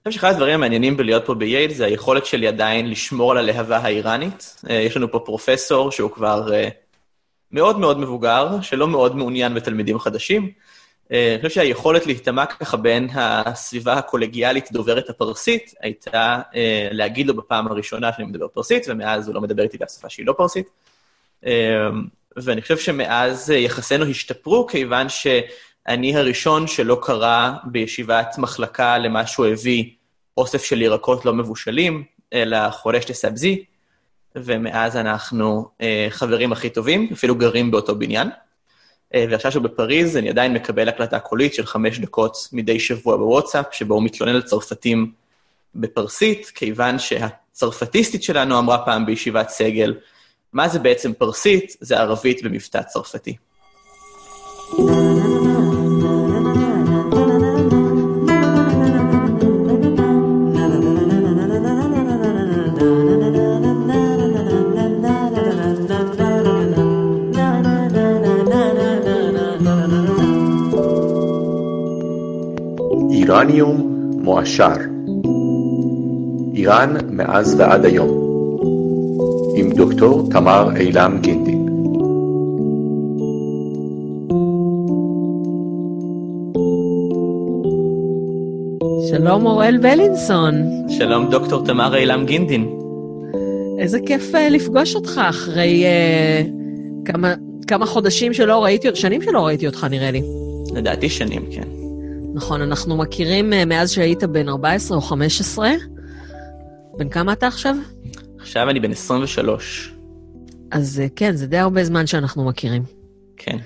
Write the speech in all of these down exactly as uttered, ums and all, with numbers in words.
אני חושב שאחד הדברים המעניינים בלהיות פה בייל, זה היכולת שלי עדיין לשמור על הלהבה האיראנית. יש לנו פה פרופסור שהוא כבר מאוד מאוד מבוגר, שלא מאוד מעוניין בתלמידים חדשים. אני חושב שהיכולת להתאמה ככה בין הסביבה הקולגיאלית דוברת הפרסית, הייתה להגיד לו בפעם הראשונה שאני מדבר פרסית, ומאז הוא לא מדבר איתי בשפה שהיא לא פרסית. ואני חושב שמאז יחסינו השתפרו, כיוון שאני הראשון שלא קרא בישיבת מחלקה למה שהוא הביא אוסף של ירקות לא מבושלים, אלא חורש לסבזי, ומאז אנחנו חברים הכי טובים, אפילו גרים באותו בניין. ועכשיו שהוא בפריז, אני עדיין מקבל הקלטה קולית של חמש דקות מדי שבוע בוואטסאפ, שבו הוא מתלונן על צרפתים בפרסית, כיוון שהצרפטיסטית שלנו אמרה פעם בישיבת סגל, מה זה בעצם פרסית? זה ערבית במבטא צרפתי. איראניום מועשר. איראן מאז ועד היום. עם דוקטור תמר אילם גינדין. שלום אוראל בלינסון. שלום דוקטור תמר אילם גינדין. איזה כיף לפגוש אותך אחרי uh, כמה, כמה חודשים שלא ראיתי, שנים שלא ראיתי אותך נראה לי. לדעתי שנים, כן. נכון, אנחנו מכירים מאז שהיית בן ארבע עשרה או חמש עשרה. בן כמה אתה עכשיו? עכשיו אני בן עשרים ושלוש. אז כן, זה די הרבה זמן שאנחנו מכירים. כן.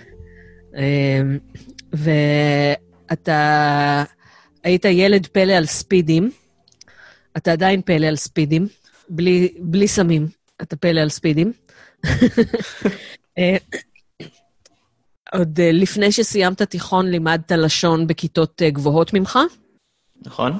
ואתה היית ילד פלא על ספידים. אתה עדיין פלא על ספידים. בלי, בלי סמים. אתה פלא על ספידים. עוד לפני שסיימת תיכון, לימדת לשון בכיתות גבוהות ממך. נכון.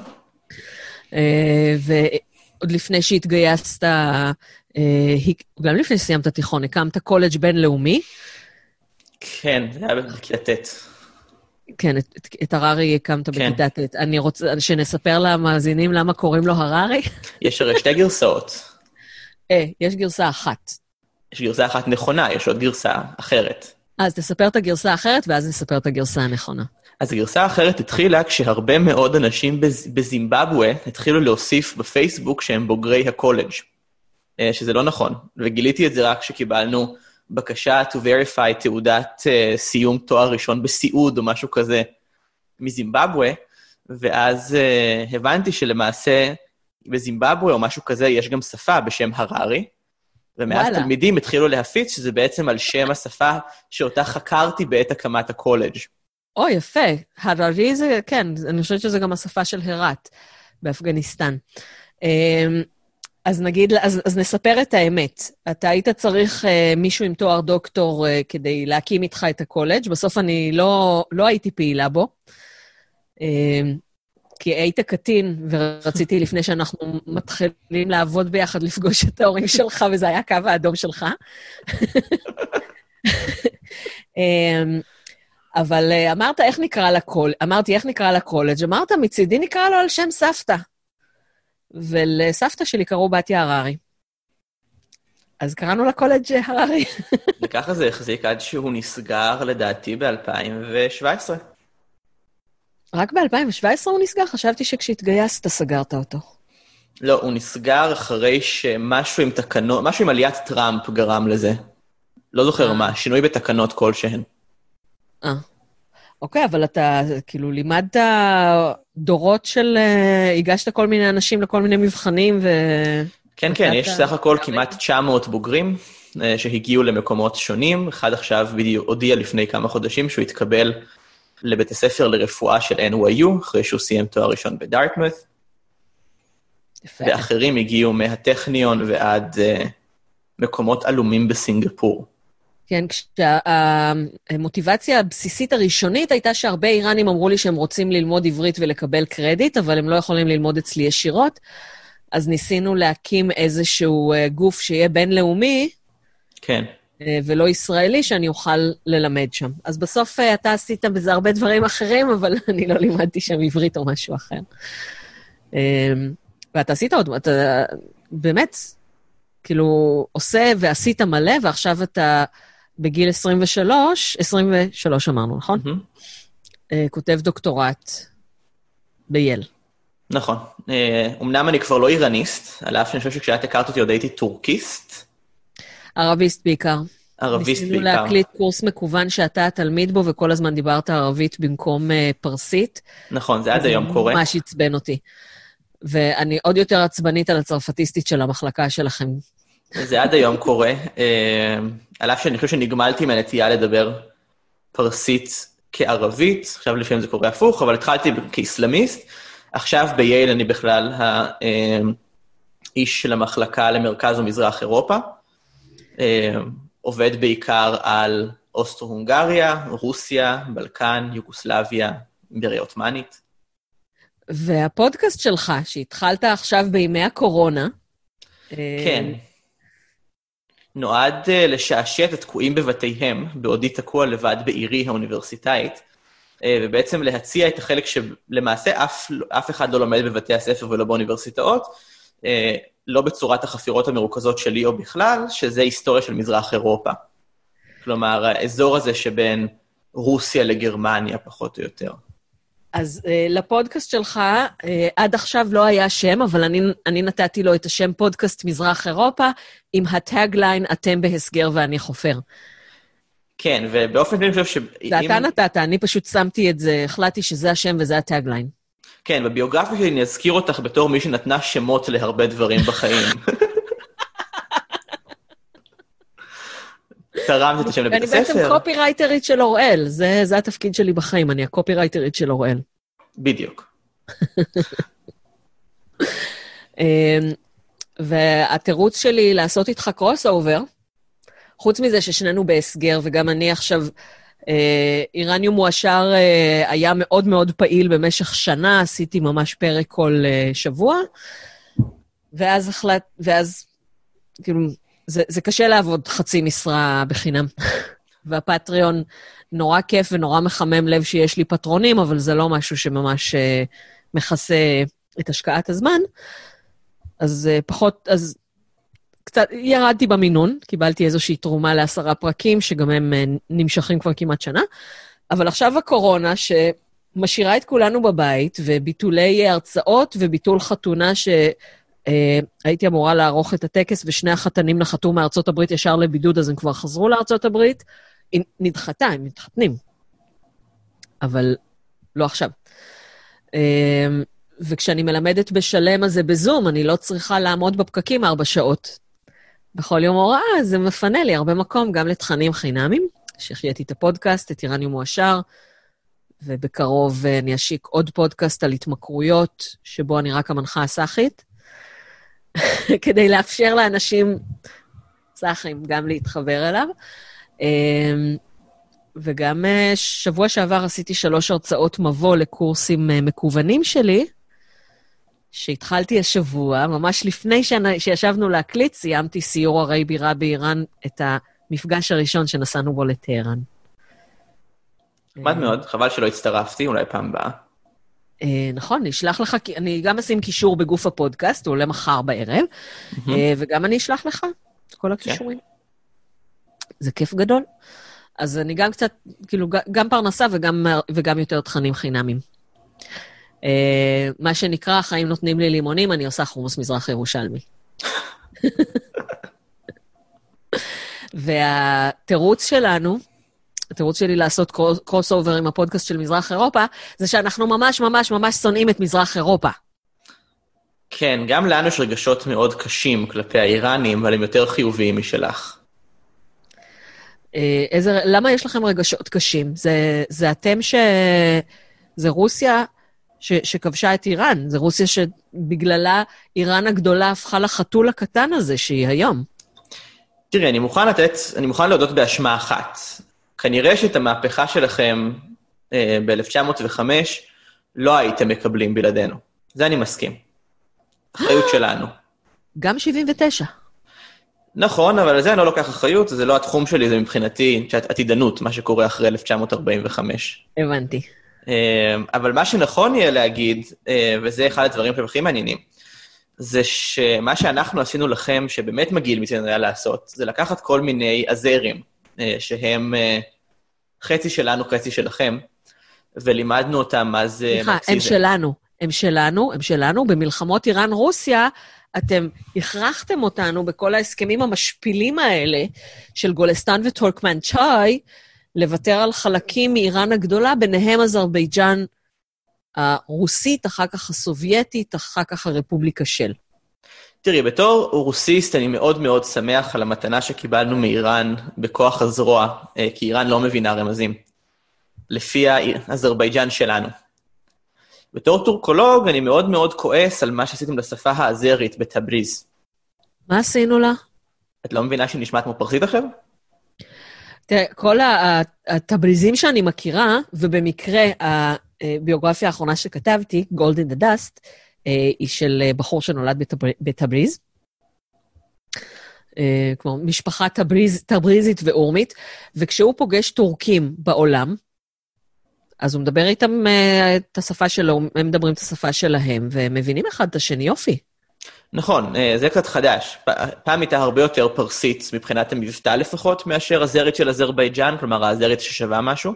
ועוד לפני שהתגייסת, גם לפני שסיימת תיכון, הקמת קולג' בינלאומי. כן, זה היה בכיתה ט'. כן, את, את הררי הקמת בכיתה ט'. אני רוצה שנספר למאזינים למה קוראים לו הררי. יש הרי שתי גרסאות. אה, יש גרסה אחת. יש גרסה אחת נכונה, יש עוד גרסה אחרת. אז תספר את הגרסה האחרת, ואז נספר את הגרסה הנכונה. אז הגרסה האחרת התחילה כשהרבה מאוד אנשים בזימבבואה התחילו להוסיף בפייסבוק שהם בוגרי הקולג', שזה לא נכון. וגיליתי את זה רק כשקיבלנו בקשה to verify תעודת סיום תואר ראשון בסיעוד או משהו כזה מזימבבואה, ואז הבנתי שלמעשה בזימבבואה או משהו כזה יש גם שפה בשם הררי, ומאז וואלה. תלמידים התחילו להפיץ שזה בעצם על שם השפה שאותה חקרתי בעת הקמת הקולג'. או, יפה. הררי זה, כן, אני חושבת שזה גם השפה של הרת באפגניסטן. אז נגיד, אז, אז נספר את האמת. אתה היית צריך מישהו עם תואר דוקטור כדי להקים איתך את הקולג'. בסוף אני לא, לא הייתי פעילה בו. כי היית קטין, ורציתי לפני שאנחנו מתחילים לעבוד ביחד, לפגוש את ההורים שלך, וזה היה הקו האדום שלך. אבל אמרת, איך נקרא לקול? אמרתי, איך נקרא לקולג'? אמרת, מצידי נקרא לו על שם סבתא. ולסבתא שלי קראו בתיה הררי. אז קראנו לקולג' הררי. וככה זה החזיק עד שהוא נסגר, לדעתי, ב-אלפיים שבע עשרה. רק ב-אלפיים שבע עשרה הוא נסגר? חשבתי שכשהתגייסת סגרת אותו. לא, הוא נסגר אחרי שמשהו עם תקנות, משהו עם עליית טראמפ גרם לזה. לא זוכר מה, שינוי בתקנות כלשהן. אה, אוקיי, אבל אתה כאילו לימדת דורות של, הגשת כל מיני אנשים לכל מיני מבחנים ו... כן, כן, יש סך הכל כמעט תשע מאות בוגרים שהגיעו למקומות שונים. אחד עכשיו הודיע לפני כמה חודשים שהוא התקבל לבית הספר לרפואה של אן וואי יו, אחרי שהוא סיים תואר ראשון בדארטמות'. ואחרים הגיעו מהטכניון ועד uh, מקומות עלומים בסינגפור. כן, כשהמוטיבציה הבסיסית הראשונית הייתה שהרבה איראנים אמרו לי שהם רוצים ללמוד עברית ולקבל קרדיט, אבל הם לא יכולים ללמוד אצלי ישירות, אז ניסינו להקים איזשהו גוף שיהיה בינלאומי, כן. ולא ישראלי, שאני אוכל ללמד שם. אז בסוף אתה עשית בזה הרבה דברים אחרים, אבל אני לא לימדתי שם עברית או משהו אחר. ואתה עשית עוד, אתה באמת, כאילו, עושה ועשית מלא, ועכשיו אתה בגיל עשרים ושלוש, עשרים ושלוש אמרנו, נכון? כותב דוקטורט בייל. נכון. אמנם אני כבר לא איראניסט, על אף שאני חושב שכשאת הכרת אותי עוד הייתי טורקיסט. ערביסט בעיקר. ערביסט בעיקר. ניסינו להקליט קורס מקוון שאתה התלמיד בו, וכל הזמן דיברת ערבית במקום פרסית. נכון, זה עד היום קורה. זה ממש עצבן אותי. ואני עוד יותר עצבנית על הצרפטיסטית של המחלקה שלכם. זה עד היום קורה. על אף שאני חושב שנגמלתי מהנטייה לדבר פרסית כערבית, עכשיו לפעמים זה קורה הפוך, אבל התחלתי כאיסלאמיסט, עכשיו בייל אני בכלל האיש של המחלקה למרכז ומזרח אירופה, עובד בעיקר על אוסטרו-הונגריה, רוסיה, בלקן, יוגוסלביה, אימפריה עות'מאנית. והפודקאסט שלך, שהתחלת עכשיו בימי הקורונה, כן, נועד לשעשע את התקועים בבתיהם, בעודי תקוע לבד בעירי האוניברסיטאית, ובעצם להציע את החלק שלמעשה אף, אף אחד לא לומד בבתי הספר ולא באוניברסיטאות, לא בצורת החפירות המרוכזות שלי או בכלל, שזה היסטוריה של מזרח אירופה. כלומר, האזור הזה שבין רוסיה לגרמניה, פחות או יותר. אז uh, לפודקאסט שלך, uh, עד עכשיו לא היה שם, אבל אני, אני נתתי לו את השם פודקאסט מזרח אירופה, עם הטאגליין, אתם בהסגר ואני חופר. כן, ובאופן כללי אני חושב ש... ואתה אם... נתת, אני פשוט שמתי את זה, החלטתי שזה השם וזה הטאגליין. כן, בביוגרפיה שלי אני אזכיר אותך בתור מי שנתנה שמות להרבה דברים בחיים. תרמת את השם לבית הספר. אני בעצם קופירייטרית של אוראל, זה, זה התפקיד שלי בחיים, אני הקופירייטרית של אוראל. בדיוק. והתירוץ שלי לעשות איתך קרוס אובר, חוץ מזה ששנינו בהסגר, וגם אני עכשיו, איראניום מואשר היה מאוד מאוד פעיל במשך שנה, עשיתי ממש פרק כל שבוע, ואז החלט, ואז, כאילו, זה, זה קשה לעבוד חצי משרה בחינם. והפטריון נורא כיף ונורא מחמם לב שיש לי פטרונים, אבל זה לא משהו שממש מכסה את השקעת הזמן. אז פחות, אז קצת ירדתי במינון, קיבלתי איזושהי תרומה לעשרה פרקים, שגם הם נמשכים כבר כמעט שנה. אבל עכשיו הקורונה, שמשאירה את כולנו בבית, וביטולי הרצאות וביטול חתונה ש... Uh, הייתי אמורה לערוך את הטקס, ושני החתנים נחתו מארצות הברית ישר לבידוד, אז הם כבר חזרו לארצות הברית. היא נדחתה, הם מתחתנים. אבל לא עכשיו. Uh, וכשאני מלמדת בשלם הזה בזום, אני לא צריכה לעמוד בפקקים ארבע שעות. בכל יום הוראה, זה מפנה לי הרבה מקום, גם לתכנים חינמים, שהחייתי את הפודקאסט, את איראניום מואשר, ובקרוב אני אשיק עוד פודקאסט על התמכרויות, שבו אני רק המנחה הסאחית, כדי לאפשר לאנשים סאחים גם להתחבר אליו. וגם שבוע שעבר עשיתי שלוש הרצאות מבוא לקורסים מקוונים שלי, שהתחלתי השבוע, ממש לפני שישבנו להקליט, סיימתי סיור ערי בירה באיראן, את המפגש הראשון שנסענו בו לטהרן. נחמד מאוד, חבל שלא הצטרפתי, אולי פעם באה. נכון, נשלח לך, אני גם אשים קישור בגוף הפודקאסט, הוא עולה מחר בערב, וגם אני אשלח לך כל הקישורים. זה כיף גדול. אז אני גם קצת, כאילו, גם פרנסה וגם, וגם יותר תכנים חינמים. מה שנקרא, חיים נותנים לי לימונים, אני עושה חומוס מזרח ירושלמי. והתירוץ שלנו, התירוץ שלי לעשות קרוס אובר עם הפודקאסט של מזרח אירופה, זה שאנחנו ממש ממש ממש שונאים את מזרח אירופה. כן, גם לנו יש רגשות מאוד קשים כלפי האיראנים, אבל הם יותר חיוביים משלך. איזה, למה יש לכם רגשות קשים? זה, זה אתם ש... זה רוסיה ש, שכבשה את איראן. זה רוסיה שבגללה איראן הגדולה הפכה לחתול הקטן הזה שהיא היום. תראי, אני מוכן לתת, אני מוכן להודות באשמה אחת. כנראה שאת המהפכה שלכם אה, ב-אלף תשע מאות וחמש לא הייתם מקבלים בלעדינו. זה אני מסכים. אחריות שלנו. גם שבעים ותשע. נכון, אבל על זה אני לא לוקח אחריות, זה לא התחום שלי, זה מבחינתי עתידנות, מה שקורה אחרי אלף תשע מאות ארבעים וחמש. הבנתי. אבל מה שנכון יהיה להגיד, וזה אחד הדברים שהכי מעניינים, זה שמה שאנחנו עשינו לכם, שבאמת מגעיל מצוין היה לעשות, זה לקחת כל מיני עזרים, שהם חצי שלנו, חצי שלכם, ולימדנו אותם מה זה סליחה, מרקסיזם. הם שלנו, הם שלנו, הם שלנו, במלחמות איראן-רוסיה, אתם הכרחתם אותנו בכל ההסכמים המשפילים האלה, של גולסטן וטורקמן צ'אי, לוותר על חלקים מאיראן הגדולה, ביניהם אזרבייג'אן הרוסית, אחר כך הסובייטית, אחר כך הרפובליקה של. תראי, בתור רוסיסט אני מאוד מאוד שמח על המתנה שקיבלנו מאיראן בכוח הזרוע, כי איראן לא מבינה רמזים, לפי האזרבייג'אן שלנו. בתור טורקולוג אני מאוד מאוד כועס על מה שעשיתם לשפה האזרית בטבריז. מה עשינו לה? את לא מבינה שהיא נשמעת כמו פרסית עכשיו? תראה, כל הטבריזים שאני מכירה, ובמקרה הביוגרפיה האחרונה שכתבתי, Gold in the Dust, היא של בחור שנולד בטבריז, כמו משפחה טבריז, טבריזית ואורמית, וכשהוא פוגש טורקים בעולם, אז הוא מדבר איתם את השפה שלו, הם מדברים את השפה שלהם, והם מבינים אחד את השני, יופי. נכון, זה קצת חדש. פעם הייתה הרבה יותר פרסית, מבחינת המבטא לפחות, מאשר הזרית של אזרבייג'אן, כלומר הזרית ששווה משהו.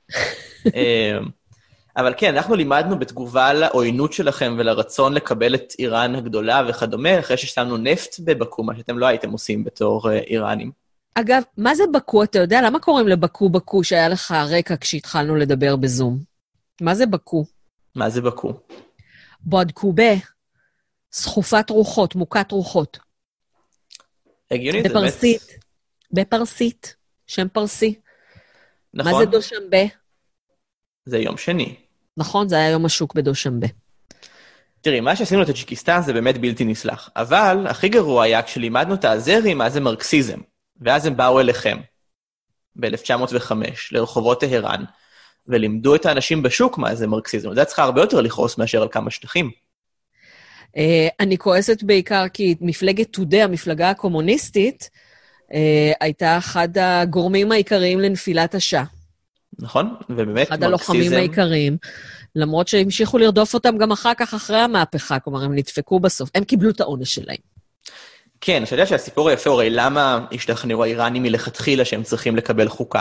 אבל כן, אנחנו לימדנו בתגובה לעוינות שלכם ולרצון לקבל את איראן הגדולה וכדומה, אחרי ששמנו נפט בבקו, מה שאתם לא הייתם עושים בתור איראנים. אגב, מה זה בקו? אתה יודע, למה קוראים לבקו בקו שהיה לך הרקע כשהתחלנו לדבר בזום? מה זה בקו? מה זה בקו? בודקובה, סחופת רוחות, מוכת רוחות. הגיונית, בפרסית, באמת... בפרסית, שם פרסי. נכון. מה זה דושמבה? זה יום שני. נכון, זה היה יום השוק בדושמבה. תראי, מה שעשינו לטאג'יקיסטן זה באמת בלתי נסלח. אבל הכי גרוע היה כשלימדנו את האזרים מה זה מרקסיזם. ואז הם באו אליכם, ב-אלף תשע מאות וחמש, לרחובות טהרן, ולימדו את האנשים בשוק מה זה מרקסיזם. זה צריכה הרבה יותר לכעוס מאשר על כמה שטחים. אני כועסת בעיקר כי מפלגת תודה, המפלגה הקומוניסטית, הייתה אחד הגורמים העיקריים לנפילת השעה. נכון, ובאמת אחד הלוחמים העיקריים, למרות שהמשיכו לרדוף אותם גם אחר כך, אחרי המהפכה, כלומר, הם נדפקו בסוף, הם קיבלו את העונש שלהם. כן, אתה יודע שהסיפור היפה, הרי למה השתכנעו האיראנים מלכתחילה שהם צריכים לקבל חוקה?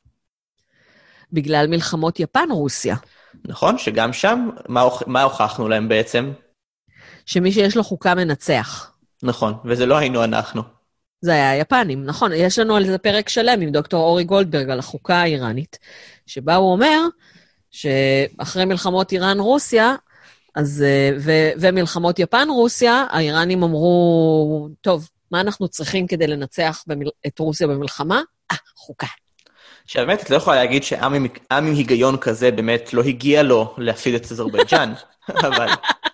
בגלל מלחמות יפן-רוסיה. נכון, שגם שם, מה, מה הוכחנו להם בעצם? שמי שיש לו חוקה מנצח. נכון, וזה לא היינו אנחנו. זה היה היפנים, נכון. יש לנו על זה פרק שלם עם דוקטור אורי גולדברג על החוקה האיראנית, שבה הוא אומר שאחרי מלחמות איראן-רוסיה, אז, ו, ומלחמות יפן-רוסיה, האיראנים אמרו, טוב, מה אנחנו צריכים כדי לנצח במל... את רוסיה במלחמה? אה, חוקה. שבאמת, את לא יכולה להגיד שעם עם, עם היגיון כזה באמת לא הגיע לו להפסיד את אזרבייג'אן, אבל...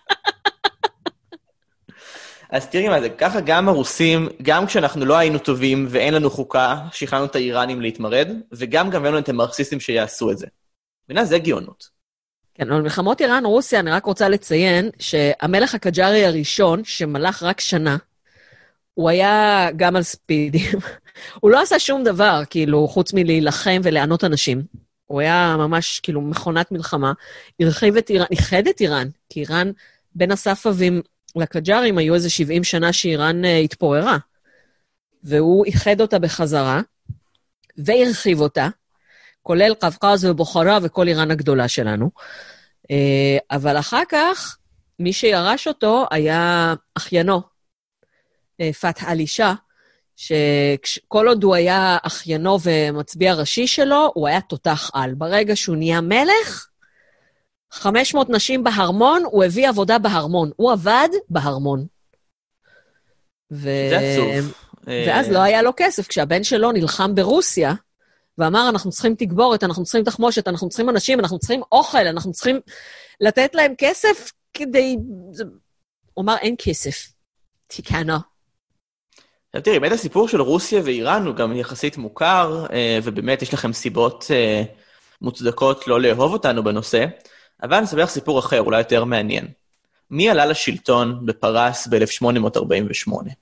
אז תראי מה זה, ככה גם הרוסים, גם כשאנחנו לא היינו טובים ואין לנו חוקה, שכנענו את האיראנים להתמרד, וגם גם הבאנו את המרקסיסטים שיעשו את זה. בינה, זה גאונות. כן, אבל מלחמות איראן-רוסיה, אני רק רוצה לציין שהמלך הקג'ארי הראשון, שמלך רק שנה, הוא היה גם על ספידים. הוא לא עשה שום דבר, כאילו, חוץ מלהילחם ולענות אנשים. הוא היה ממש, כאילו, מכונת מלחמה. הרחיב את איראן, איחד את איראן, כי איראן בין הספאבים לקג'ארים היו איזה שבעים שנה שאיראן uh, התפוררה. והוא איחד אותה בחזרה, והרחיב אותה, כולל קווקז ובוחרה וכל איראן הגדולה שלנו. Uh, אבל אחר כך, מי שירש אותו היה אחיינו, uh, פתח אלישע, שכל עוד הוא היה אחיינו ומצביע ראשי שלו, הוא היה תותח על. ברגע שהוא נהיה מלך, חמש מאות נשים בהרמון, הוא הביא עבודה בהרמון. הוא עבד בהרמון. ו... זה עצוב. ואז לא היה לו כסף. כשהבן שלו נלחם ברוסיה, ואמר, אנחנו צריכים תגבורת, אנחנו צריכים תחמושת, אנחנו צריכים אנשים, אנחנו צריכים אוכל, אנחנו צריכים לתת להם כסף כדי... הוא אמר, אין כסף. תיקנה. תראי, באמת הסיפור של רוסיה ואיראן הוא גם יחסית מוכר, ובאמת יש לכם סיבות מוצדקות לא לאהוב אותנו בנושא, אבל אני אספר לך סיפור אחר, אולי יותר מעניין. מי עלה לשלטון בפרס ב-אלף שמונה מאות ארבעים ושמונה?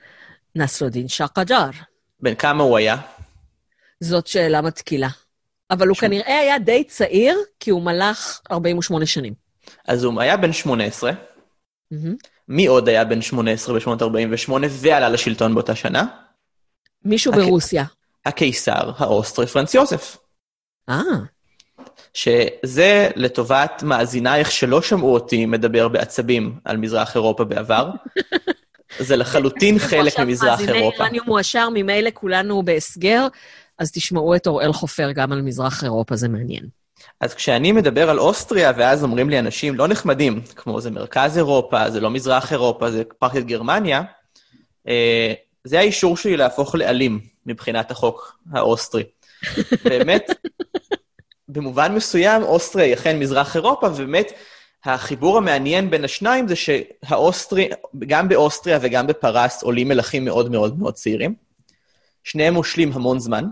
נסרודין שאה קג'אר. בן כמה הוא היה? זאת שאלה מתקילה. אבל הוא כנראה היה די צעיר, כי הוא מלך ארבעים ושמונה שנים. אז הוא היה בן שמונה עשרה. מי עוד היה בן שמונה עשרה ב-שמונה ארבעים ושמונה ועלה לשלטון באותה שנה? מישהו ברוסיה. הקיסר האוסטרי פרנץ יוזף. אה. שזה לטובת מאזינייך שלא שמעו אותי מדבר בעצבים על מזרח אירופה בעבר. זה לחלוטין חלק ממזרח אירופה. מאזיני איראניום מועשר, ממילא כולנו בהסגר, אז תשמעו את אוראל חופר גם על מזרח אירופה, זה מעניין. אז כשאני מדבר על אוסטריה, ואז אומרים לי אנשים לא נחמדים, כמו זה מרכז אירופה, זה לא מזרח אירופה, זה פרקת גרמניה, זה האישור שלי להפוך לאלים מבחינת החוק האוסטרי. באמת, במובן מסוים, אוסטריה היא אכן מזרח אירופה, ובאמת, החיבור המעניין בין השניים זה שהאוסטרי, גם באוסטריה וגם בפרס, עולים מלכים מאוד מאוד מאוד צעירים. שניהם מושלים המון זמן.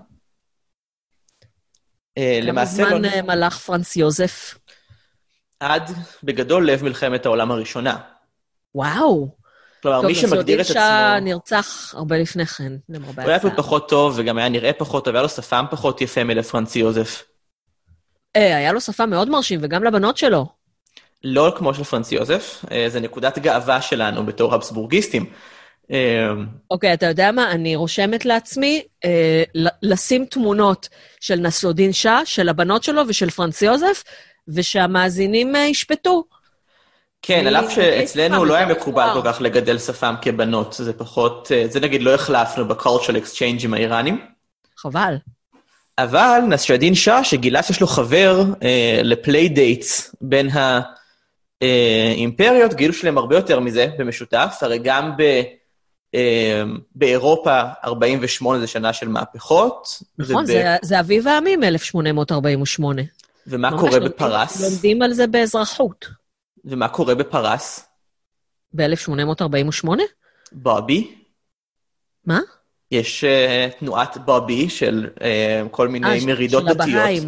כמה זמן לא... מלך פרנץ יוזף? עד בגדול לב מלחמת העולם הראשונה. וואו. כלומר, מי שמגדיר את עצמו... טוב, נרצח הרבה לפני כן, למרבה הוא היה פה פחות טוב, וגם היה נראה פחות טוב, היה לו שפם פחות יפה מלפרנץ יוזף. אה, היה לו שפם מאוד מרשים, וגם לבנות שלו. לא כמו של פרנץ יוזף, זה נקודת גאווה שלנו בתור הבסבורגיסטים. אוקיי, אתה יודע מה? אני רושמת לעצמי לשים תמונות של נסלודין שאה, של הבנות שלו ושל פרנץ יוזף, ושהמאזינים ישפטו. כן, על אף שאצלנו לא היה מקובל כל כך לגדל שפם כבנות, זה פחות, זה נגיד לא החלפנו ב-cultural exchange עם האיראנים. חבל. אבל נסלודין שאה, שגילה שיש לו חבר לפליי דייטס בין האימפריות, גילו שלהם הרבה יותר מזה במשותף, הרי גם ב... באירופה ארבעים ושמונה זה שנה של מהפכות. נכון, זה אביב העמים אלף שמונה מאות ארבעים ושמונה. ומה קורה בפרס? לומדים על זה באזרחות. ומה קורה בפרס? ב-אלף שמונה מאות ארבעים ושמונה? בובי. מה? יש תנועת בובי של כל מיני מרידות דתיות.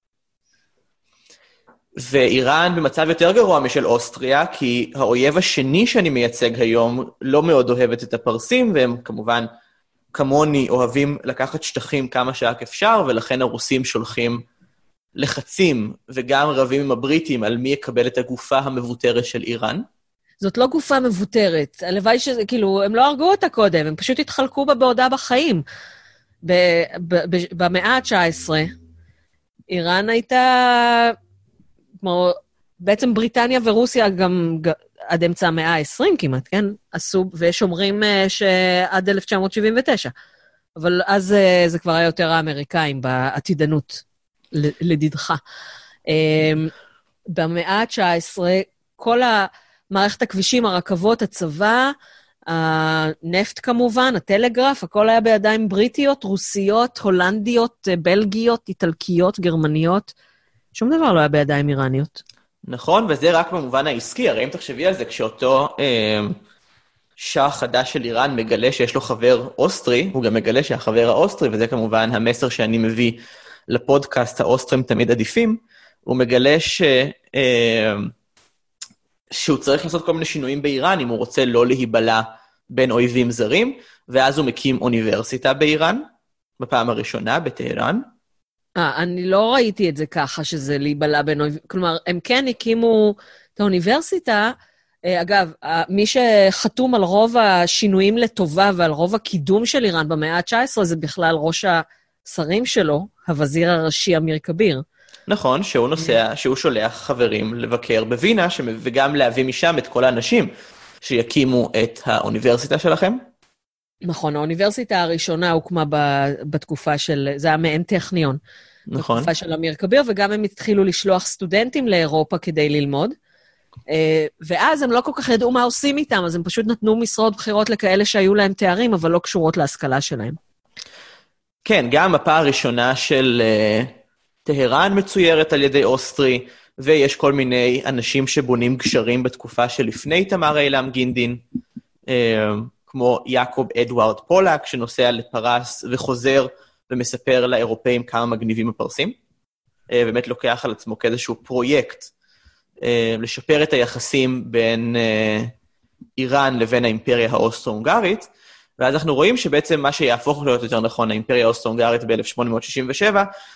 ואיראן במצב יותר גרוע משל אוסטריה, כי האויב השני שאני מייצג היום לא מאוד אוהבת את הפרסים, והם כמובן כמוני אוהבים לקחת שטחים כמה שרק אפשר, ולכן הרוסים שולחים לחצים וגם רבים עם הבריטים על מי יקבל את הגופה המבוטרת של איראן. זאת לא גופה מבוטרת, הלוואי שזה, כאילו, הם לא הרגו אותה קודם, הם פשוט התחלקו בה בעודה בחיים. במאה ה-תשע עשרה, איראן הייתה... כמו, בעצם בריטניה ורוסיה גם עד אמצע המאה ה-עשרים כמעט, כן? עשו, ויש אומרים שעד אלף תשע מאות שבעים ותשע. אבל אז זה כבר היה יותר האמריקאים בעתידנות, לדידך. במאה ה-תשע עשרה, כל המערכת הכבישים, הרכבות, הצבא, הנפט כמובן, הטלגרף, הכל היה בידיים בריטיות, רוסיות, הולנדיות, בלגיות, איטלקיות, גרמניות, שום דבר לא היה בידיים איראניות. נכון, וזה רק במובן העסקי, הרי אם תחשבי על זה, כשאותו אה, שאה חדש של איראן מגלה שיש לו חבר אוסטרי, הוא גם מגלה שהחבר האוסטרי, וזה כמובן המסר שאני מביא לפודקאסט, האוסטרים תמיד עדיפים, הוא מגלה ש, אה, שהוא צריך לעשות כל מיני שינויים באיראן, אם הוא רוצה לא להיבלה בין אויבים זרים, ואז הוא מקים אוניברסיטה באיראן, בפעם הראשונה, בטהרן, אה, אני לא ראיתי את זה ככה, שזה להיבלה בין אויבים. כלומר, הם כן הקימו את האוניברסיטה. אגב, מי שחתום על רוב השינויים לטובה ועל רוב הקידום של איראן במאה ה-תשע עשרה, זה בכלל ראש השרים שלו, הווזיר הראשי אמיר כביר. נכון, שהוא נוסע, שהוא שולח חברים לבקר בווינה, וגם להביא משם את כל האנשים שיקימו את האוניברסיטה שלכם. נכון, האוניברסיטה הראשונה הוקמה בתקופה של, זה היה מעין טכניון. נכון. בתקופה של אמיר כביר, וגם הם התחילו לשלוח סטודנטים לאירופה כדי ללמוד. ואז הם לא כל כך ידעו מה עושים איתם, אז הם פשוט נתנו משרות בחירות לכאלה שהיו להם תארים, אבל לא קשורות להשכלה שלהם. כן, גם המפה הראשונה של טהרן מצוירת על ידי אוסטרי, ויש כל מיני אנשים שבונים גשרים בתקופה שלפני תמר אילם גינדין, כמו יעקב אדוארד פולק, שנוסע לפרס וחוזר ומספר לאירופאים כמה מגניבים הפרסים. באמת לוקח על עצמו כאיזשהו פרויקט, לשפר את היחסים בין איראן לבין האימפריה האוסטרו-הונגרית, ואז אנחנו רואים שבעצם מה שיהפוך להיות יותר נכון, האימפריה האוסטרו-הונגרית ב-אלף שמונה מאות שישים ושבע,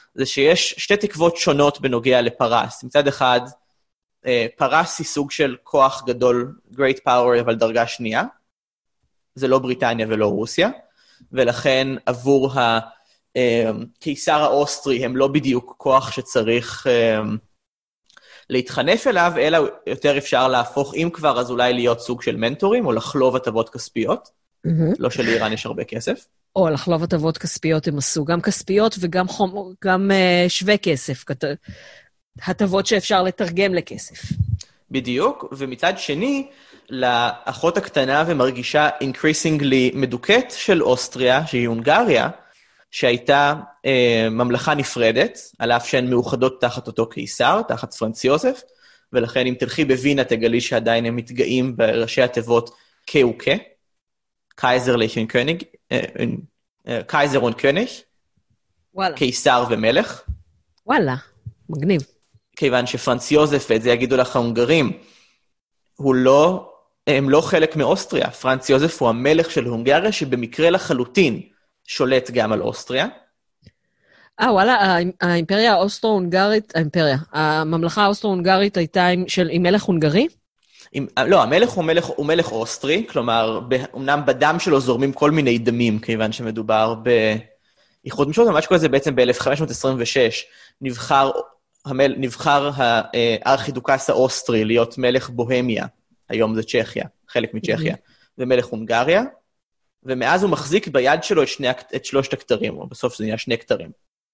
זה שיש שתי תקוות שונות בנוגע לפרס. מצד אחד, פרס היא סוג של כוח גדול, great power, אבל דרגה שנייה. זה לא בריטניה ולא רוסיה, ולכן עבור הקיסר האוסטרי הם לא בדיוק כוח שצריך להתחנף אליו, אלא יותר אפשר להפוך, אם כבר, אז אולי להיות סוג של מנטורים, או לחלוב הטבות כספיות. לא שלאיראן יש הרבה כסף. או לחלוב הטבות כספיות הם עשו, גם כספיות וגם חום, גם שווה כסף, הטבות שאפשר לתרגם לכסף. בדיוק, ומצד שני, לאחות הקטנה ומרגישה increasingly מדוקת של אוסטריה, שהיא הונגריה, שהייתה אה, ממלכה נפרדת, על אף שהן מאוחדות תחת אותו קיסר, תחת פרנץ יוזף, ולכן אם תלכי בווינה תגלי שעדיין הם מתגאים בראשי התיבות K ו K, קייזרליך וקוניג, קייזר וקוניג, קיסר ומלך. וואלה, מגניב. כיוון שפרנץ יוזף, ואת זה יגידו לך ההונגרים, הוא לא, הם לא חלק מאוסטריה. פרנץ יוזף הוא המלך של הונגריה, שבמקרה לחלוטין שולט גם על אוסטריה. אה, וואלה, האימפריה האוסטרו-הונגרית, האימפריה, הממלכה האוסטרו-הונגרית הייתה עם, של, עם מלך הונגרי? עם, לא, המלך הוא מלך, הוא מלך אוסטרי, כלומר, אמנם בדם שלו זורמים כל מיני דמים, כיוון שמדובר באיחוד משפחות, ממש כל זה בעצם ב-אלף חמש מאות עשרים ושש, נבחר, המל, נבחר הארכידוקס האוסטרי להיות מלך בוהמיה, היום זה צ'כיה, חלק מצ'כיה, ומלך הונגריה, ומאז הוא מחזיק ביד שלו את, שני, את שלושת הכתרים, או בסוף זה נהיה שני כתרים.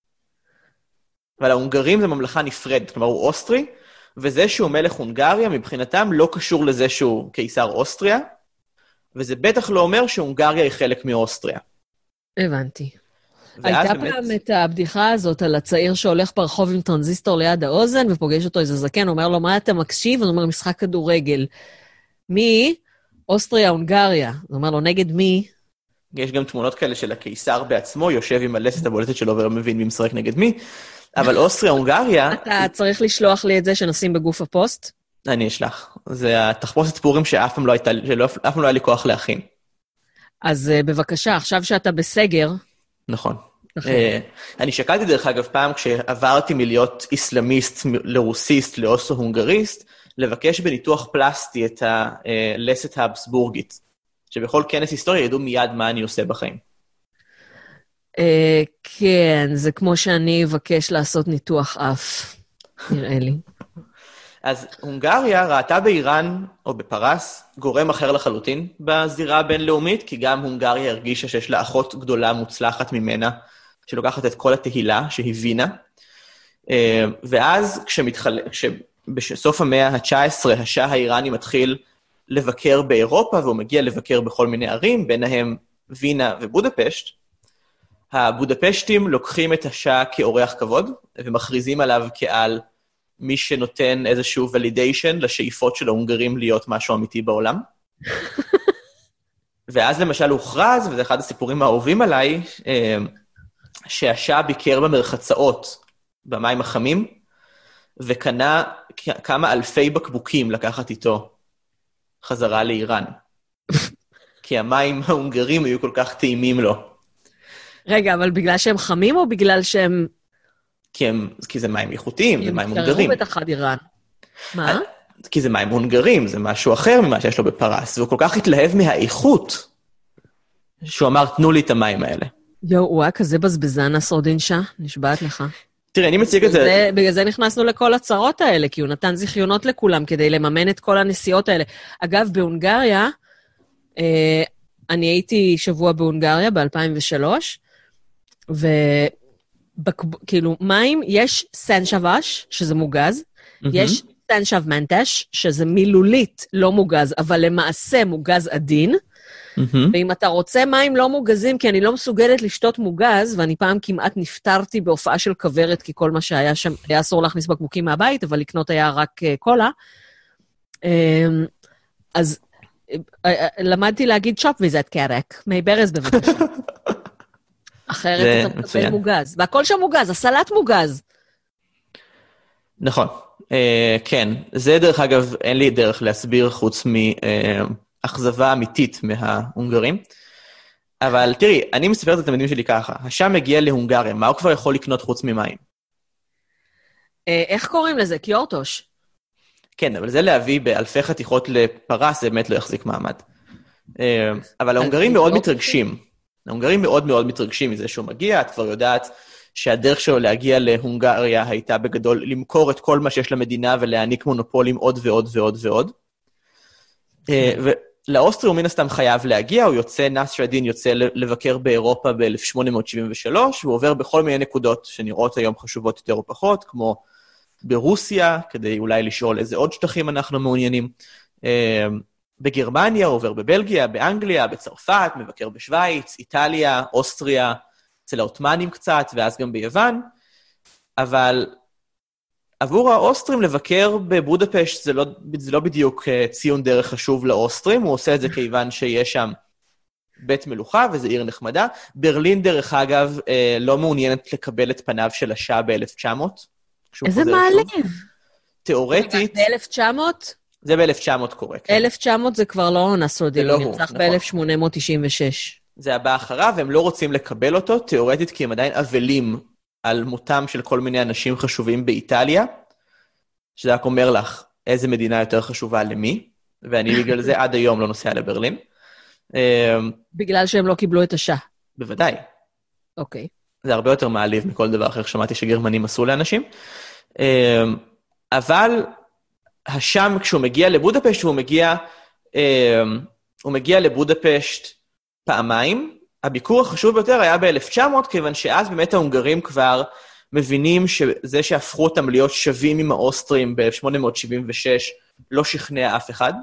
אבל ההונגרים זה ממלכה נפרדת, כלומר הוא אוסטרי, וזה שהוא מלך הונגריה, מבחינתם לא קשור לזה שהוא קיסר אוסטריה, וזה בטח לא אומר שהונגריה היא חלק מאוסטריה. הבנתי. הייתה באמת... פעם את הבדיחה הזאת על הצעיר שהולך ברחוב עם טרנזיסטור ליד האוזן, ופוגש אותו איזה זקן, אומר לו, מה אתה מקשיב? הוא אומר, משחק כדורגל. מי? אוסטריה, הונגריה. הוא אומר לו, נגד מי? יש גם תמונות כאלה של הקיסר בעצמו, יושב עם הלסת הבולטת שלו ולא מבין מי משחק נגד מי, אבל אוסטריה, הונגריה... אתה צריך לשלוח לי את זה שנשים בגוף הפוסט? אני אשלח. זה התחפושת פורים שאף פעם לא הייתה, שאף פעם לא היה לי כוח להכין. אז בבקשה, עכשיו שאתה בסגר... נכון. אני שקלתי דרך אגב פעם כשעברתי מלהיות איסלאמיסט לרוסיסט לאוסטרו-הונגריסט, לבקש בניתוח פלסטי את הלסת האבסבורגית, שבכל כנס היסטוריה ידעו מיד מה אני עושה בחיים. כן, זה כמו שאני אבקש לעשות ניתוח אף, נראה לי. אז הונגריה ראתה באיראן, או בפרס, גורם אחר לחלוטין בזירה הבינלאומית, כי גם הונגריה הרגישה שיש לה אחות גדולה מוצלחת ממנה, שלוקחת את כל התהילה שהבינה. ואז כשמתחל... כשבסוף המאה ה-תשע עשרה, השאה האיראני מתחיל לבקר באירופה, והוא מגיע לבקר בכל מיני ערים, ביניהם וינה ובודפשט, הבודפשטים לוקחים את השאה כאורח כבוד, ומכריזים עליו כעל מי שנותן איזשהו ולידיישן לשאיפות של ההונגרים להיות משהו אמיתי בעולם. ואז למשל הוכרז, וזה אחד הסיפורים האהובים עליי, שהשאה ביקר במרחצאות במים החמים, וקנה כמה אלפי בקבוקים לקחת איתו חזרה לאיראן. כי המים ההונגרים היו כל כך טעימים לו. רגע, אבל בגלל שהם חמים או בגלל שהם... כי, הם, כי זה מים איכותיים, זה מים הונגרים. הם קראו בטח עד איראן. מה? כי זה מים הונגרים, זה משהו אחר ממה שיש לו בפרס, והוא כל כך התלהב מהאיכות, שהוא אמר, תנו לי את המים האלה. יו, הוא היה כזה בזבזן הסודינשה, נשבעת לך. תראה, אני מציג את זה... זה... בגלל זה נכנסנו לכל הצרות האלה, כי הוא נתן זיכיונות לכולם כדי לממן את כל הנסיעות האלה. אגב, בהונגריה, אה, אני הייתי שבוע בהונגריה ב-אלפיים ושלוש, וכאילו מים, יש סנשבש, שזה מוגז, mm-hmm. יש סנשב מנטש, שזה מילולית לא מוגז, אבל למעשה מוגז עדין, mm-hmm. ואם אתה רוצה מים לא מוגזים, כי אני לא מסוגלת לשתות מוגז, ואני פעם כמעט נפטרתי בהופעה של כברת, כי כל מה שהיה שם, היה אסור להכניס בקבוקים מהבית, אבל לקנות היה רק קולה. אז למדתי להגיד שופ ויזת קרק, מי ברז בבקשה. אחרת אתה מקבל מוגז. והכל שם מוגז, הסלט מוגז. נכון. כן, זה דרך אגב, אין לי דרך להסביר חוץ מאכזבה אמיתית מההונגרים. אבל תראי, אני מספר את התלמידים שלי ככה, השם מגיע להונגריה, מה הוא כבר יכול לקנות חוץ ממים? איך קוראים לזה? קיורטוש. כן, אבל זה להביא באלפי חתיכות לפרס, זה באמת לא יחזיק מעמד. אבל ההונגרים מאוד מתרגשים. ההונגרים מאוד מאוד מתרגשים מזה שהוא מגיע, את כבר יודעת שהדרך שלו להגיע להונגריה הייתה בגדול למכור את כל מה שיש למדינה ולהעניק מונופולים עוד ועוד ועוד ועוד. ולאוסטרי הוא מן הסתם חייב להגיע, הוא יוצא, נאסר א-דין יוצא לבקר באירופה ב-אלף שמונה מאות שבעים ושלוש, והוא עובר בכל מיני נקודות שנראות היום חשובות יותר או פחות, כמו ברוסיה, כדי אולי לשאול איזה עוד שטחים אנחנו מעוניינים. בגרמניה, הוא עובר בבלגיה, באנגליה, בצרפת, מבקר בשוויץ, איטליה, אוסטריה, אצל האוטמנים קצת, ואז גם ביוון. אבל עבור האוסטרים לבקר בבודפשט זה לא, זה לא בדיוק ציון דרך חשוב לאוסטרים, הוא עושה את זה כיוון שיש שם בית מלוכה, וזה עיר נחמדה. ברלין, דרך אגב, לא מעוניינת לקבל את פניו של השאה ב-אלף תשע מאות. איזה מעליב. תיאורטית... ב-אלף תשע מאות? זה ב-אלף תשע מאות קורה, כן. אלף תשע מאות זה כבר לא נאסר א-דין, הוא נרצח ב-אלף שמונה מאות תשעים ושש. זה הבא אחריו, והם לא רוצים לקבל אותו, תיאורטית, כי הם עדיין אבלים על מותם של כל מיני אנשים חשובים באיטליה, שזה רק אומר לך איזה מדינה יותר חשובה למי, ואני בגלל זה עד היום לא נוסע לברלין. בגלל שהם לא קיבלו את השאה. בוודאי. אוקיי. זה הרבה יותר מעליב מכל דבר אחר, שמעתי שגרמנים עשו לאנשים. אבל השם, כשהוא מגיע לבודפשט, הוא מגיע, הוא מגיע לבודפשט פעמיים. הביקור החשוב ביותר היה ב-אלף תשע מאות, כיוון שאז באמת ההונגרים כבר מבינים שזה שהפכו אותם להיות שווים עם האוסטרים ב-אלף שמונה מאות שבעים ושש, לא שכנע אף אחד.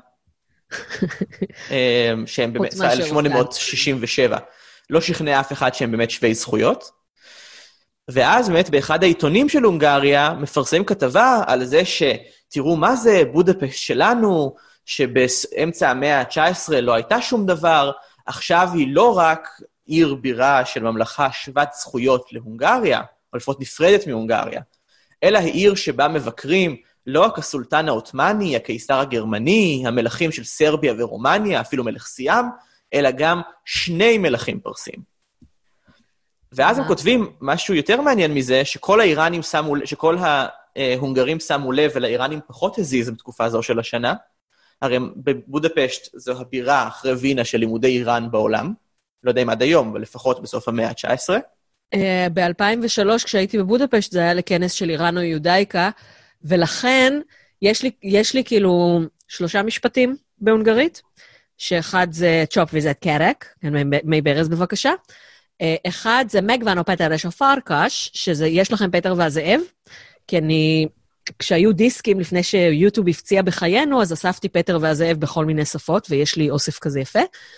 שהם באמת, אלף שמונה מאות שישים ושבע, לא שכנע אף אחד שהם באמת שווי זכויות. ואז באמת באחד העיתונים של הונגריה מפרסם כתבה על זה שתראו מה זה בודפשט שלנו, שבאמצע המאה ה-תשע עשרה לא הייתה שום דבר, עכשיו היא לא רק עיר בירה של ממלכה שוות זכויות להונגריה, או לפחות נפרדת מהונגריה, אלא היא עיר שבה מבקרים לא רק הסולטן העות'מאני, הקיסר הגרמני, המלכים של סרביה ורומניה, אפילו מלך סיאם, אלא גם שני מלכים פרסים. ואז הם כותבים משהו יותר מעניין מזה, שכל האיראנים שמו, שכל ההונגרים שמו לב, ולאיראנים פחות הזיז בתקופה זו של השנה, הרי בבודפשט זו הבירה אחרי וינה של לימודי איראן בעולם, לא יודע אם עד היום, אבל לפחות בסוף המאה ה-תשע עשרה. ב-אלפיים ושלוש, כשהייתי בבודפשט, זה היה לכנס של איראן או יודאיקה, ולכן יש לי, יש לי כאילו שלושה משפטים בהונגרית, שאחד זה צ'ופ וזאת קרק, מי ברז בבקשה, אחד זה מגוון או פטר לשופרקש, שזה יש לכם פטר והזאב, כי אני, כשהיו דיסקים לפני שיוטיוב הפציע בחיינו, אז אספתי פטר והזאב בכל מיני שפות, ויש לי אוסף כזה יפה,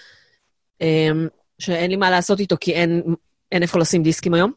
שאין לי מה לעשות איתו, כי אין, אין איפה לשים דיסקים היום.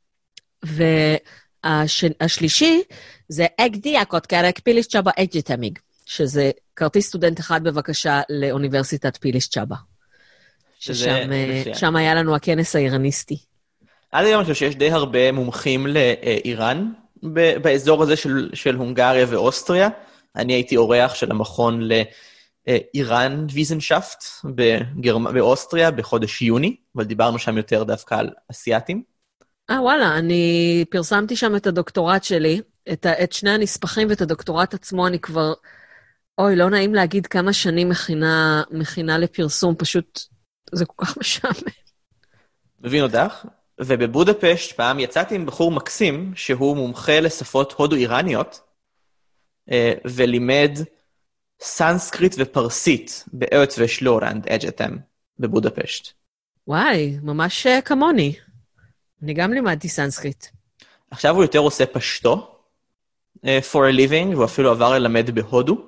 והשלישי זה אגדיאקות קרק פיליש צ'אבה אג'יטמיג, שזה כרטיס סטודנט אחד בבקשה לאוניברסיטת פיליש צ'אבה. ששם שם היה לנו הכנס האיראניסטי. עד היום אני חושב שיש די הרבה מומחים לאיראן, באזור הזה של, של הונגריה ואוסטריה. אני הייתי אורח של המכון לאיראן ויזנשפט בגרמ... באוסטריה בחודש יוני, אבל דיברנו שם יותר דווקא על אסיאטים. אה, וואלה, אני פרסמתי שם את הדוקטורט שלי, את, ה... את שני הנספחים ואת הדוקטורט עצמו, אני כבר, אוי, לא נעים להגיד כמה שנים מכינה, מכינה לפרסום, פשוט זה כל כך משעמם. מבין אותך? ובבודפשט פעם יצאתי עם בחור מקסים, שהוא מומחה לשפות הודו-איראניות, ולימד סנסקריט ופרסית בארץ ושלורנד, אג'תם, בבודפשט. וואי, ממש כמוני. אני גם לימדתי סנסקריט. עכשיו הוא יותר עושה פשטו, for a living, והוא אפילו עבר ללמד בהודו.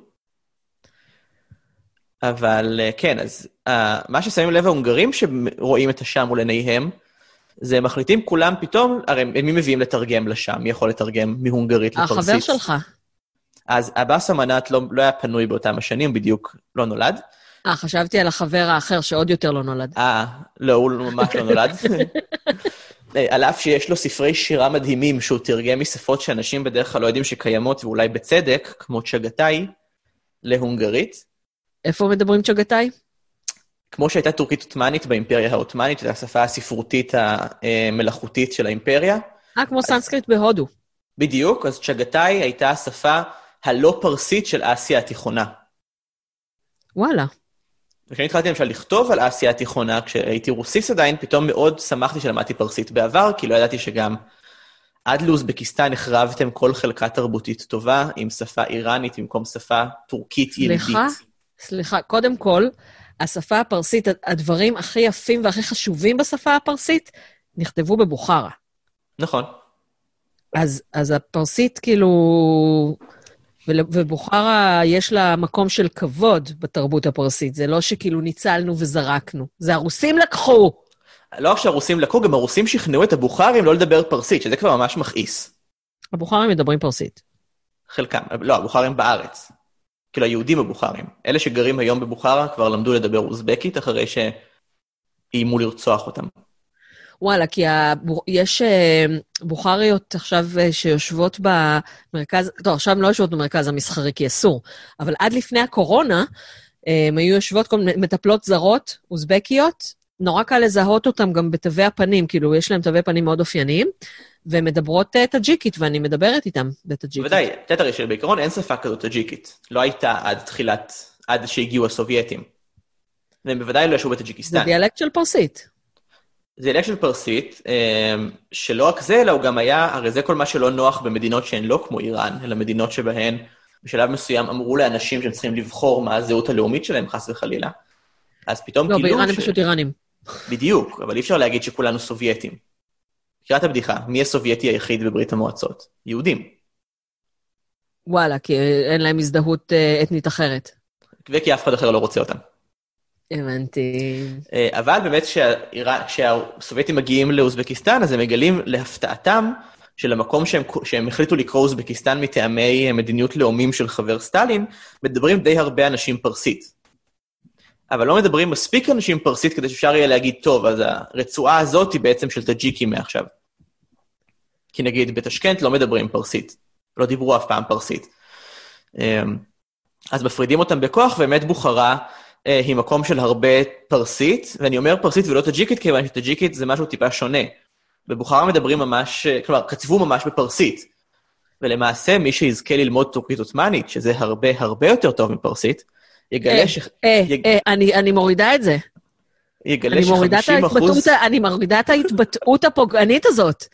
אבל כן, אז uh, מה ששמים לב ההונגרים שרואים את השם מול עיניהם, זה מחליטים כולם פתאום, הרי מי מביאים לתרגם לשם? מי יכול לתרגם מהונגרית לפרסית? החבר שלך. אז הבאס המנת לא, לא היה פנוי באותם השנים, בדיוק לא נולד. אה, חשבתי על החבר האחר שעוד יותר לא נולד. אה, לא, הוא ממש לא נולד. על אף שיש לו ספרי שירה מדהימים, שהוא תרגם משפות שאנשים בדרך כלל לא יודעים שקיימות, ואולי בצדק, כמו צ'גתאי, להונגרית. איפה מדברים צ'גתאי? כמו שהייתה טורקית עות'מאנית באימפריה העות'מאנית, זו השפה הספרותית המלאכותית של האימפריה. אה, כמו סנסקריט בהודו. בדיוק, אז צ'גטאי הייתה השפה הלא פרסית של אסיה התיכונה. וואלה. וכשאני התחלתי למשל לכתוב על אסיה התיכונה, כשהייתי רוסיס עדיין, פתאום מאוד שמחתי שלמדתי פרסית בעבר, כי לא ידעתי שגם עד לאוזבקיסטן החרבתם כל חלקה תרבותית טובה, עם שפה איראנית במקום שפה טורקית ילידית. סליחה, סליחה, קודם כל, השפה הפרסית, הדברים הכי יפים והכי חשובים בשפה הפרסית, נכתבו בבוכרה. נכון. אז, אז הפרסית כאילו, ובוכרה יש לה מקום של כבוד בתרבות הפרסית, זה לא שכאילו ניצלנו וזרקנו, זה הרוסים לקחו. לא רק שהרוסים לקחו, גם הרוסים שכנעו את הבוכרים לא לדבר פרסית, שזה כבר ממש מכעיס. הבוכרים מדברים פרסית. חלקם, לא, הבוכרים בארץ. כאילו היהודים הבוכרים. אלה שגרים היום בבוכרה כבר למדו לדבר אוזבקית, אחרי שאיימו לרצוח אותם. וואלה, כי הבור... יש בוכריות עכשיו שיושבות במרכז, טוב, עכשיו לא יושבות במרכז המסחרי, כי אסור, אבל עד לפני הקורונה, הם היו יושבות כל מטפלות זרות, אוזבקיות, נורא קל לזהות אותם גם בתווי הפנים, כאילו יש להם תווי פנים מאוד אופייניים, והן מדברות תג'יקית, ואני מדברת איתם בתג'יקית. בוודאי, תתרי שבעיקרון אין שפה כזאת תג'יקית, לא הייתה עד תחילת, עד שהגיעו הסובייטים. והם בוודאי לא ישבו בתג'יקיסטן. זה דיאלקט של פרסית. זה דיאלקט של פרסית, שלא רק זה, אלא הוא גם היה, הרי זה כל מה שלא נוח במדינות שהן לא כמו איראן, אלא מדינות שבהן בשלב מסוים אמרו לאנשים שהם צריכים לבחור מה הזהות הלאומית שלהם, חס וחלילה. אז פתאום לא, כאילו... באיראן הם פשוט איראנים. בדיוק, אבל אי אפשר להגיד שכולנו סובייטים. קראת הבדיחה, מי הסובייטי היחיד בברית המועצות? יהודים. וואלה, כי אין להם הזדהות אתנית אחרת. וכי אף אחד אחר לא רוצה אותם. הבנתי. אבל באמת כשהסובייטים מגיעים לאוזבקיסטן, אז הם מגלים להפתעתם של המקום שהם, שהם החליטו לקרוא אוזבקיסטן מטעמי מדיניות לאומים של חבר סטלין, מדברים די הרבה אנשים פרסית. אבל לא מדברים מספיק אנשים פרסית כדי שאפשר יהיה להגיד, טוב, אז הרצועה הזאת היא בעצם של טג'יקים מעכשיו. כי נגיד, בתשכנת לא מדברים פרסית. לא דיברו אף פעם פרסית. אז מפרידים אותם בכוח, ובאמת בוכרה היא מקום של הרבה פרסית, ואני אומר פרסית ולא טג'יקית, כיוון שטג'יקית זה משהו טיפה שונה. בבוכרה מדברים ממש, כלומר, כתבו ממש בפרסית. ולמעשה, מי שיזכה ללמוד טורקית עות'מאנית, שזה הרבה הרבה יותר טוב מפרסית, יגלה ש... אני מורידה את זה. יגלה ש-חמישים אחוז... אני מורידה את ההתבטאות הפוגענית הזאת.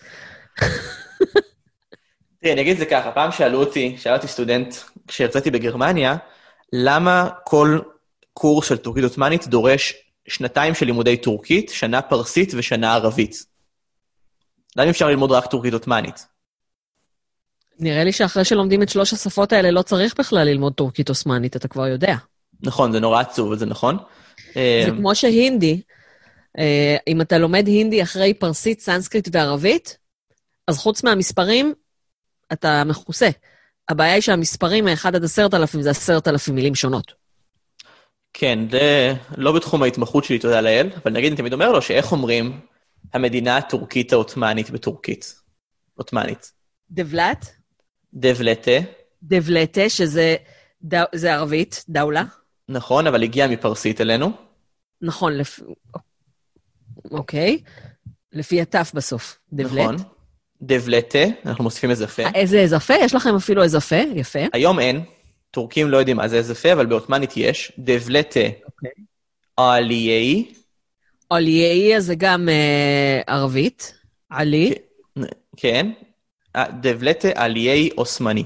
תראי, אני אגיד את זה ככה, פעם שאלו אותי, שאל אותי סטודנט, כשהרציתי בגרמניה, למה כל קורס של טורקית עות'מאנית דורש שנתיים של לימודי טורקית, שנה פרסית ושנה ערבית? למה אפשר ללמוד רק טורקית עות'מאנית? נראה לי שאחרי שלומדים את שלוש השפות האלה, לא צריך בכלל ללמוד טורקית עות'מאנית, אתה כבר יודע. נכון, זה נורא עצוב, זה נכון. זה כמו שהינדי, אם אתה לומד הינדי אחרי פרסית, סנסקריט וערבית, אז חוץ מהמספרים, אתה מכוסה. הבעיה היא שהמספרים מאחד עד עשרת אלפים, זה עשרת אלפים מילים שונות. כן, זה לא בתחום ההתמחות שלי, תודה לאל, אבל נגיד, אני תמיד אומר לו, שאיך אומרים המדינה הטורקית העות'מאנית בטורקית? עות'מאנית. דבלת? דבלתה. דבלתה, שזה זה ערבית, דאולה. נכון, אבל הגיע מפרסית אלינו. נכון, לפ... אוקיי. לפי הטף בסוף. דבלת. נכון. דבלתה, אנחנו מוסיפים איזפה. איזה איזפה? יש לכם אפילו איזפה, יפה. היום אין. טורקים לא יודעים מה זה איזפה, אבל בעות'מאנית יש. דבלתה. אוקיי. עליי. עליי זה גם uh, ערבית. עלי. כן. דבלתה עליי עות'מאני.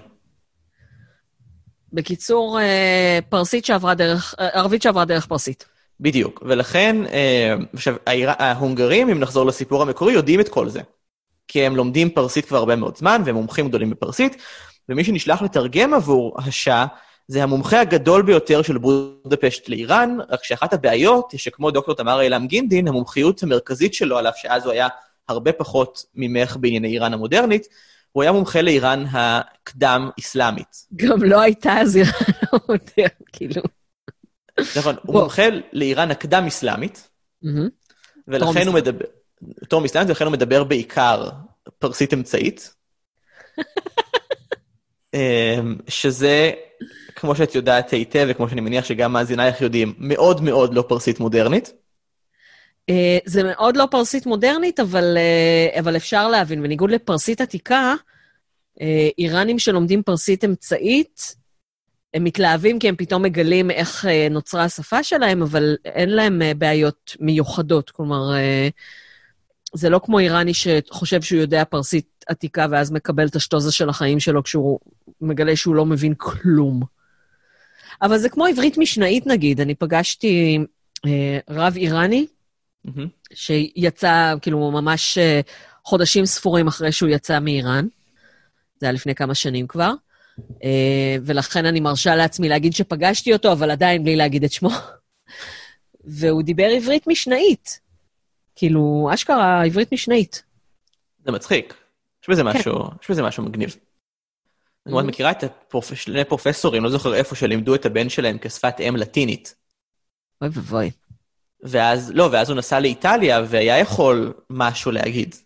בקיצור, פרסית שעברה דרך, ערבית שעברה דרך פרסית. בדיוק, ולכן, עכשיו, ההונגרים, אם נחזור לסיפור המקורי, יודעים את כל זה. כי הם לומדים פרסית כבר הרבה מאוד זמן, והם מומחים גדולים בפרסית, ומי שנשלח לתרגם עבור השעה, זה המומחה הגדול ביותר של בודפשט לאיראן, רק שאחת הבעיות היא שכמו דוקטור תמר אילם גינדין, המומחיות המרכזית שלו, עליו שאז הוא היה הרבה פחות ממך בענייני איראן המודרנית, הוא היה מומחה לאיראן הקדם-אסלאמית. גם לא הייתה אז איראן המודרנית, כאילו. נכון, הוא מומחה לאיראן הקדם-אסלאמית, ולכן הוא מדבר, תום אסלאמית, ולכן הוא מדבר בעיקר פרסית אמצעית, שזה, כמו שאת יודעת היטב, וכמו שאני מניח שגם מאזינייך יודעים, מאוד מאוד לא פרסית מודרנית. זה מאוד לא פרסית מודרנית, אבל, אבל אפשר להבין, בניגוד לפרסית עתיקה, איראנים שלומדים פרסית אמצעית, הם מתלהבים כי הם פתאום מגלים איך נוצרה השפה שלהם, אבל אין להם בעיות מיוחדות. כלומר, זה לא כמו איראני שחושב שהוא יודע פרסית עתיקה, ואז מקבל את השטוזה של החיים שלו כשהוא מגלה שהוא לא מבין כלום. אבל זה כמו עברית משנאית, נגיד. אני פגשתי רב איראני, mm-hmm. שיצא כאילו ממש חודשים ספורים אחרי שהוא יצא מאיראן. זה היה לפני כמה שנים כבר. ולכן אני מרשה לעצמי להגיד שפגשתי אותו, אבל עדיין בלי להגיד את שמו. והוא דיבר עברית משנאית. כאילו, אשכרה עברית משנאית. זה מצחיק. יש בזה משהו, יש בזה משהו מגניב. אני מאוד מכירה את שני פרופסורים, לא זוכר איפה, שלימדו את הבן שלהם כשפת אם לטינית. אוי ובוי. ואז, לא, ואז הוא נסע לאיטליה, והיה יכול משהו להגיד.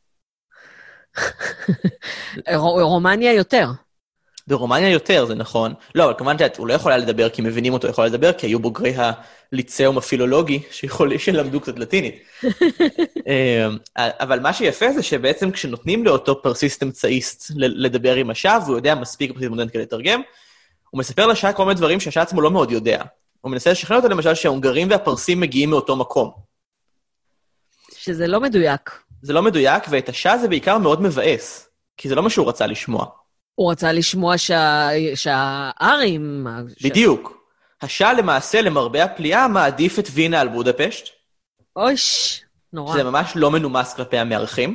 רומניה יותר. ברומניה יותר, זה נכון. לא, אבל כמובן, הוא לא יכול היה לדבר, כי מבינים אותו יכול לדבר, כי היו בוגרי הליצאום הפילולוגי, שלמדו קצת לטינית. אבל מה שיפה זה שבעצם כשנותנים לאותו פרסיסט אמצעיסט לדבר עם השעה, והוא יודע מספיק פרסיסט מודרנית כדי לתרגם, הוא מספר לשעה כל מיני דברים שהשעה עצמו לא מאוד יודע. הוא מנסה לשכנע אותו למשל שההונגרים והפרסים מגיעים מאותו מקום. שזה לא מדויק. זה לא מדויק, ואת השעה זה בעיקר מאוד מבאס, כי זה לא מה שהוא רצה לשמוע. הוא רצה לשמוע שה... שהארים... בדיוק. השעה למעשה, למרבה הפליאה, מעדיף את וינה על בודפשט. אויש, נורא. זה ממש לא מנומס כלפי המארחים.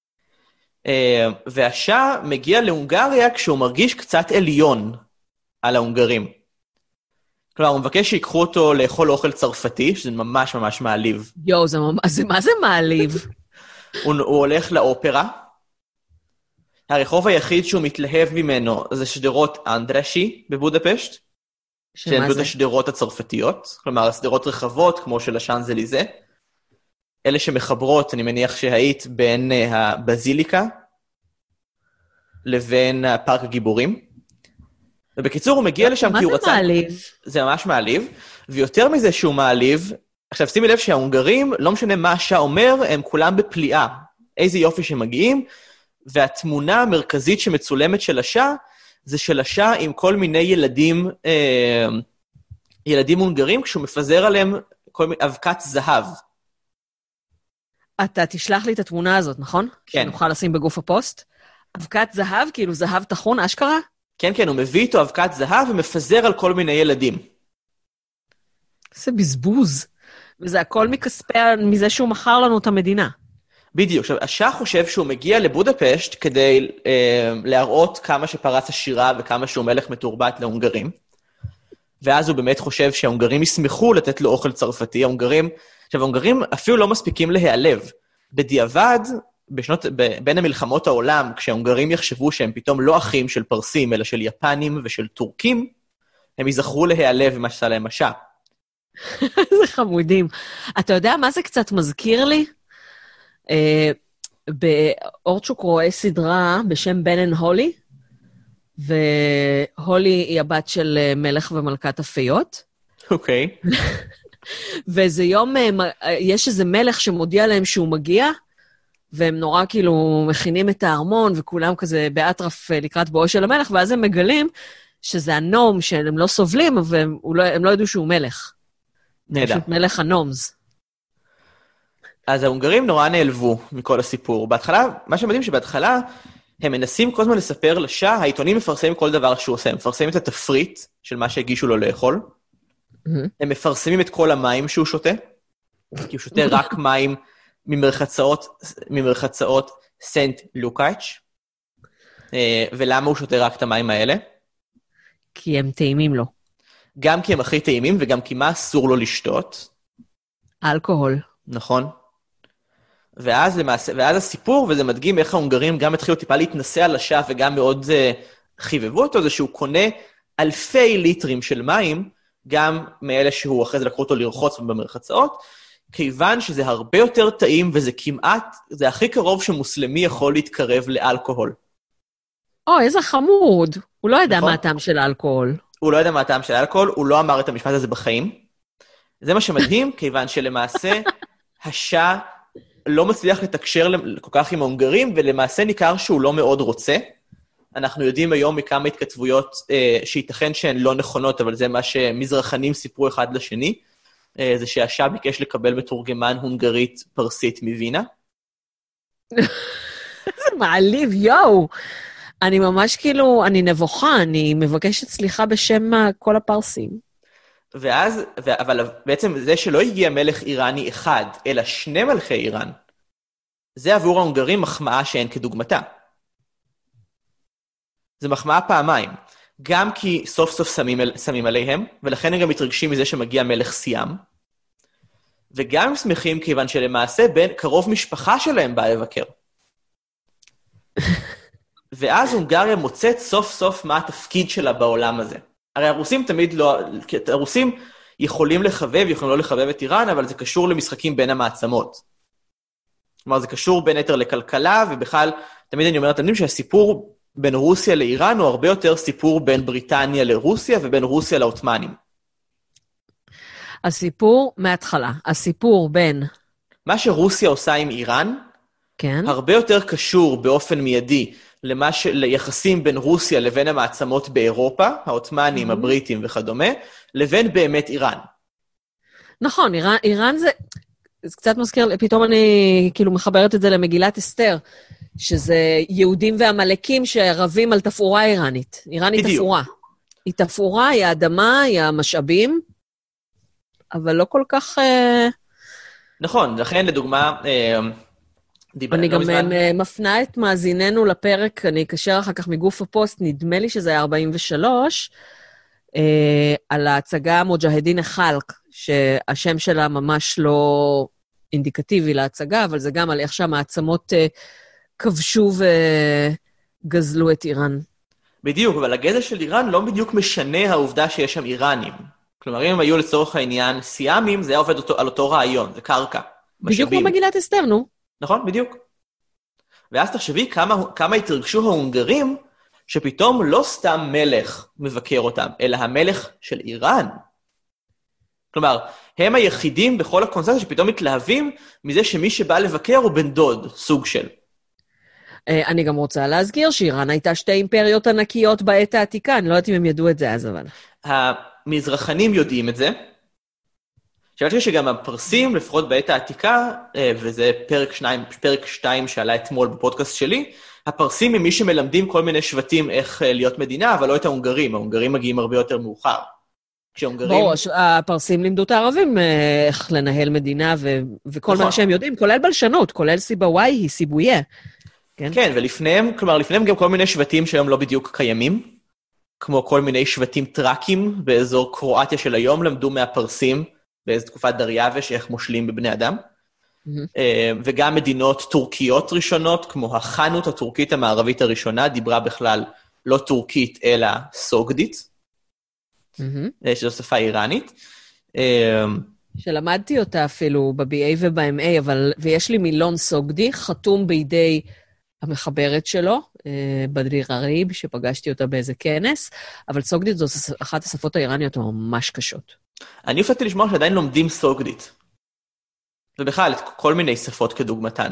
והשעה מגיע להונגריה כשהוא מרגיש קצת עליון על ההונגרים. כלומר, הוא מבקש שיקחו אותו לאכול אוכל צרפתי, שזה ממש ממש מעליב. יו, זה ממש... זה... מה זה מעליב? הוא, הוא הולך לאופרה. הרחוב היחיד שהוא מתלהב ממנו זה שדרות אנדרשי בבודפשט. שהן את השדרות הצרפתיות, כלומר, השדרות רחבות, כמו של השאנזליזה. אלה שמחברות, אני מניח שהיית בין הבזיליקה לבין פארק הגיבורים. ובקיצור, הוא מגיע לשם כי הוא רצה... מה זה מעליב? זה ממש מעליב, ויותר מזה שהוא מעליב, עכשיו שימי לב שההונגרים, לא משנה מה השעה אומר, הם כולם בפליאה. איזה יופי שמגיעים, והתמונה המרכזית שמצולמת של השעה, זה של השעה עם כל מיני ילדים, אה, ילדים הונגרים, כשהוא מפזר עליהם כל מיני אבקת זהב. אתה תשלח לי את התמונה הזאת, נכון? כן. שנוכל לשים בגוף הפוסט. אבקת זהב, כאילו זהב תחון, אשכרה? כן, כן, הוא מביא איתו אבקת זהב ומפזר על כל מיני ילדים. זה בזבוז. וזה הכל מכספי, מזה שהוא מכר לנו את המדינה. בדיוק. עכשיו, השאה חושב שהוא מגיע לבודפשט כדי אה, להראות כמה שפרץ השירה וכמה שהוא מלך מתורבת להונגרים. ואז הוא באמת חושב שההונגרים ישמחו לתת לו אוכל צרפתי. ההונגרים, עכשיו, ההונגרים אפילו לא מספיקים להיעלב. בדיעבד, בשנות, ב, בין המלחמות העולם, כשההונגרים יחשבו שהם פתאום לא אחים של פרסים, אלא של יפנים ושל טורקים, הם יזכרו להיעלב במה שעשה להם השאה. זה חמודים. אתה יודע מה זה קצת מזכיר לי? באורצ'וק רואה סדרה בשם בן אנד הולי, והולי היא הבת של מלך ומלכת הפיות. אוקיי. ואיזה יום, יש איזה מלך שמודיע להם שהוא מגיע, והם נורא כאילו מכינים את הארמון, וכולם כזה באטרף לקראת בואו של המלך, ואז הם מגלים שזה הנום שהם לא סובלים, והם לא, הם לא ידעו שהוא מלך. נדע. פשוט מלך הנומס. אז ההונגרים נורא נעלבו מכל הסיפור. בהתחלה, מה שמדהים שבהתחלה, הם מנסים כל הזמן לספר לשעה, העיתונים מפרסמים כל דבר שהוא עושה, הם מפרסמים את התפריט של מה שהגישו לו לאכול, mm-hmm. הם מפרסמים את כל המים שהוא שותה, כי הוא שותה רק מים ממרחצאות, ממרחצאות סנט לוקאץ', ולמה הוא שותה רק את המים האלה? כי הם טעימים לו. גם כי הם הכי טעימים, וגם כי מה אסור לו לשתות? אלכוהול. נכון. ואז למעשה, ואז הסיפור, וזה מדגים איך ההונגרים גם התחילו טיפה להתנסה על השעה, וגם מאוד uh, חיבבו אותו, זה שהוא קונה אלפי ליטרים של מים, גם מאלה שהוא אחרי זה לקחו אותו לרחוץ במרחצאות, כיוון שזה הרבה יותר טעים, וזה כמעט, זה הכי קרוב שמוסלמי יכול להתקרב לאלכוהול. או, איזה חמוד. הוא לא ידע נכון? מה הטעם של אלכוהול. הוא לא ידע מה הטעם של אלכוהול, הוא לא אמר את המשפט הזה בחיים. זה מה שמדהים, כיוון שלמעשה השעה לא מצליח לתקשר כל כך עם ההונגרים, ולמעשה ניכר שהוא לא מאוד רוצה, אנחנו יודעים היום מכמה התכתבויות אה, שייתכן שהן לא נכונות, אבל זה מה שמזרחנים סיפרו אחד לשני, אה, זה שהשאה ביקש לקבל מתורגמן הונגרית פרסית מווינה. זה מעליב, יואו. אני ממש כאילו, אני נבוכה, אני מבקשת סליחה בשם כל הפרסים. ואז, ו- אבל בעצם זה שלא הגיע מלך איראני אחד, אלא שני מלכי איראן, זה עבור ההונגרים מחמאה שאין כדוגמתה. זה מחמאה פעמיים. גם כי סוף סוף שמים, שמים עליהם, ולכן הם גם מתרגשים מזה שמגיע מלך סיאם, וגם הם שמחים כיוון שלמעשה בין קרוב משפחה שלהם בא לבקר. ואז הונגריה מוצאת סוף סוף מה התפקיד שלה בעולם הזה. הרי הרוסים תמיד לא, הרוסים יכולים לחבב, יכולים לא לחבב את איראן, אבל זה קשור למשחקים בין המעצמות. כלומר, זה קשור בין היתר לכלכלה, ובכלל, תמיד אני אומר, אתם יודעים שהסיפור בין רוסיה לאיראן הוא הרבה יותר סיפור בין בריטניה לרוסיה, ובין רוסיה לעות'מאנים. הסיפור מההתחלה, הסיפור בין... מה שרוסיה עושה עם איראן, כן. הרבה יותר קשור באופן מיידי למה ש... ליחסים בין רוסיה לבין המעצמות באירופה, העות'מאנים, mm-hmm. הבריטים וכדומה, לבין באמת איראן. נכון, איראן, איראן זה... זה קצת מזכיר, פתאום אני כאילו מחברת את זה למגילת אסתר, שזה יהודים והמלאקים שרבים על תפאורה איראנית. איראן היא תפאורה. היא תפאורה, היא האדמה, היא המשאבים, אבל לא כל כך... נכון, לכן לדוגמה... אני גם מפנה את מאזיננו לפרק, אני אקשר אחר כך מגוף הפוסט, נדמה לי שזה היה ארבעים ושלוש, על ההצגה מוג'הדין החלק, שהשם שלה ממש לא אינדיקטיבי להצגה, אבל זה גם על איך שהמעצמות כבשו וגזלו את איראן. בדיוק, אבל הגזל של איראן לא בדיוק משנה העובדה שיש שם איראנים. כלומר, אם הם היו לצורך העניין סיאמים, זה היה עובד אותו, על אותו רעיון, זה קרקע. בדיוק כמו מגילת אסתר, נו. נכון, בדיוק. ואז תחשבי כמה, כמה התרגשו ההונגרים, שפתאום לא סתם מלך מבקר אותם, אלא המלך של איראן. כלומר, הם היחידים בכל הקונספציה שפתאום מתלהבים מזה שמי שבא לבקר הוא בן דוד, סוג של. אני גם רוצה להזכיר שאיראן הייתה שתי אימפריות ענקיות בעת העתיקה, אני לא יודעת אם הם ידעו את זה אז, אבל... המזרחנים יודעים את זה. אני חושב שגם הפרסים, לפחות בעת העתיקה, וזה פרק שניים, פרק שתיים שעלה אתמול בפודקאסט שלי, הפרסים הם מי שמלמדים כל מיני שבטים איך להיות מדינה, אבל לא את ההונגרים. ההונגרים מגיעים הרבה יותר מאוחר. כשהונגרים... בואו, הפרסים לימדו את הערבים איך לנהל מדינה, ו- וכל מה שהם יודעים, כולל בלשנות, כולל סיבוואי היא סיבויה. כן, כן, ולפניהם, כלומר, לפניהם גם כל מיני שבטים שהיום לא בדיוק קיימים, כמו כל מיני שבטים טרקים באזור קרואטיה של היום, למדו מהפרסים באיזו תקופת דריווש, איך מושלים בבני אדם. וגם מדינות טורקיות ראשונות, כמו החנות הטורקית המערבית הראשונה, דיברה בכלל לא טורקית, אלא סוגדית, שזו שפה איראנית. שלמדתי אותה אפילו ב-בי איי וב-אם איי, אבל, ויש לי מילון סוגדי, חתום בידי המחברת שלו, בדריר הריב, שפגשתי אותה באיזה כנס, אבל סוגדית זו אחת השפות האיראניות ממש קשות. אני הופעתי לשמוע שעדיין לומדים סוגדית. ובכלל, את כל מיני שפות כדוגמתן.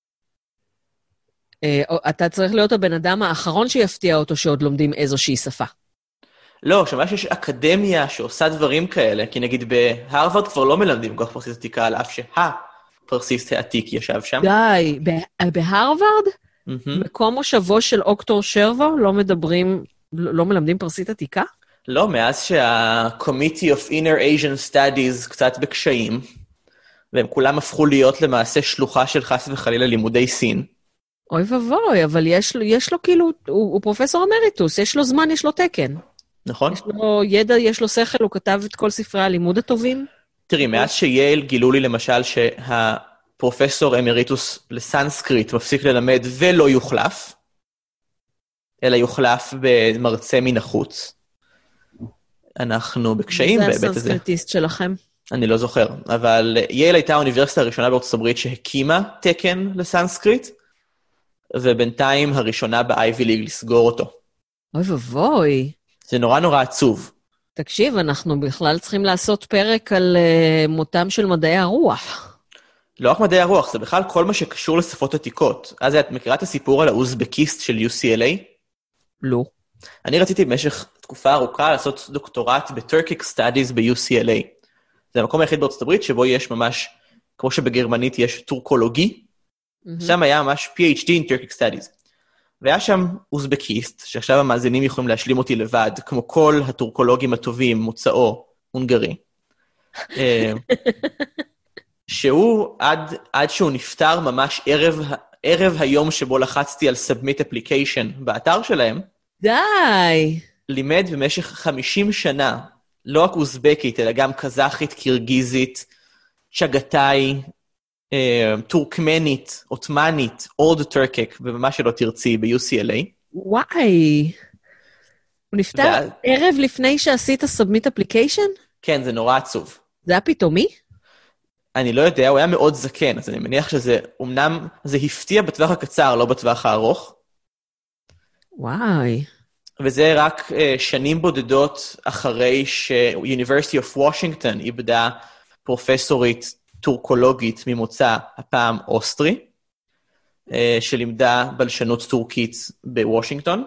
אתה צריך להיות הבן אדם האחרון שיפתיע אותו שעוד לומדים איזושהי שפה. לא, שמע שיש אקדמיה שעושה דברים כאלה, כי נגיד בהרווארד כבר לא מלמדים כל כך פרסיסט עתיקה, על אף שהפרסיסט העתיק ישב שם. די, בהרווארד? מקום מושבו של אוקטור שרבו לא מדברים, לא מלמדים פרסית עתיקה? לא, מאז שה-Committee of Inner Asian Studies קצת בקשיים, והם כולם הפכו להיות למעשה שלוחה של חס וחלילה לימודי סין. אוי ובוי, אבל יש לו, יש לו כאילו, הוא, הוא פרופסור אמריטוס, יש לו זמן, יש לו תקן. נכון. יש לו ידע, יש לו שכל, הוא כתב את כל ספרי הלימוד הטובים. תראי, מאז שייל גילו לי למשל שהפרופסור אמריטוס לסנסקריט מפסיק ללמד ולא יוחלף, אלא יוחלף במרצה מן החוץ. אנחנו בקשיים בהיבט הזה. זה הסנסקריטיסט שלכם? אני לא זוכר, אבל ייל הייתה האוניברסיטה הראשונה בארצות הברית שהקימה תקן לסנסקריט, ובינתיים הראשונה באייבי ליג לסגור אותו. אוי ובוי. זה נורא נורא עצוב. תקשיב, אנחנו בכלל צריכים לעשות פרק על uh, מותם של מדעי הרוח. לא רק מדעי הרוח, זה בכלל כל מה שקשור לשפות עתיקות. אז את מכירה את הסיפור על האוזבקיסט של יו סי אל איי? לא. אני רציתי במשך תקופה ארוכה לעשות דוקטורט ב-Turkic Studies ב-יו סי אל איי. זה המקום היחיד בארצות הברית שבו יש ממש, כמו שבגרמנית יש טורקולוגי, mm-hmm. שם היה ממש פי אייץ' די in Turkic Studies. והיה שם אוזבקיסט, שעכשיו המאזינים יכולים להשלים אותי לבד, כמו כל הטורקולוגים הטובים, מוצאו הונגרי. שהוא, עד, עד שהוא נפטר ממש ערב, ערב היום שבו לחצתי על Submit Application באתר שלהם, די! לימד במשך חמישים שנה, לא רק אוזבקית, אלא גם קזחית, קירגיזית, צ'גטאי, טורקמנית, עות'מאנית, אולד טורקיק, ומה שלא תרצי ב-יו סי אל איי. וואי! הוא נפטר ואז... ערב לפני שעשית Submit Application? כן, זה נורא עצוב. זה היה פתאומי? אני לא יודע, הוא היה מאוד זקן, אז אני מניח שזה, אמנם זה הפתיע בטווח הקצר, לא בטווח הארוך. וואי. וזה רק uh, שנים בודדות אחרי ש-University of Washington איבדה פרופסורית טורקולוגית ממוצא, הפעם אוסטרי, uh, שלימדה בלשנות טורקית בוושינגטון.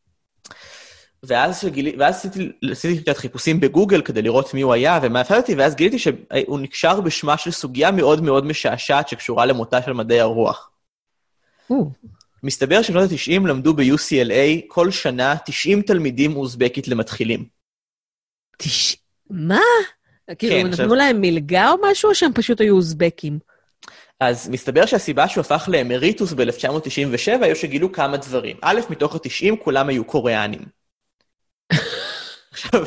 ואז, שגיל... ואז עשיתי, עשיתי קצת חיפושים בגוגל כדי לראות מי הוא היה ומה הפעלתי, ואז גיליתי שהוא נקשר בשמה של סוגיה מאוד מאוד משעשעת שקשורה למותה של מדעי הרוח. Mm. מסתבר שבנות ה-תשעים למדו ב-יו סי אל איי כל שנה תשעים תלמידים אוזבקית למתחילים. תש... מה? כאילו, כן, נתנו עכשיו... להם מלגה או משהו, או שהם פשוט היו אוזבקים? אז מסתבר שהסיבה שהוא הפך לאמריטוס ב-אלף תשע מאות תשעים ושבע, היו שגילו כמה דברים. א', מתוך ה-תשעים כולם היו קוריאנים. עכשיו...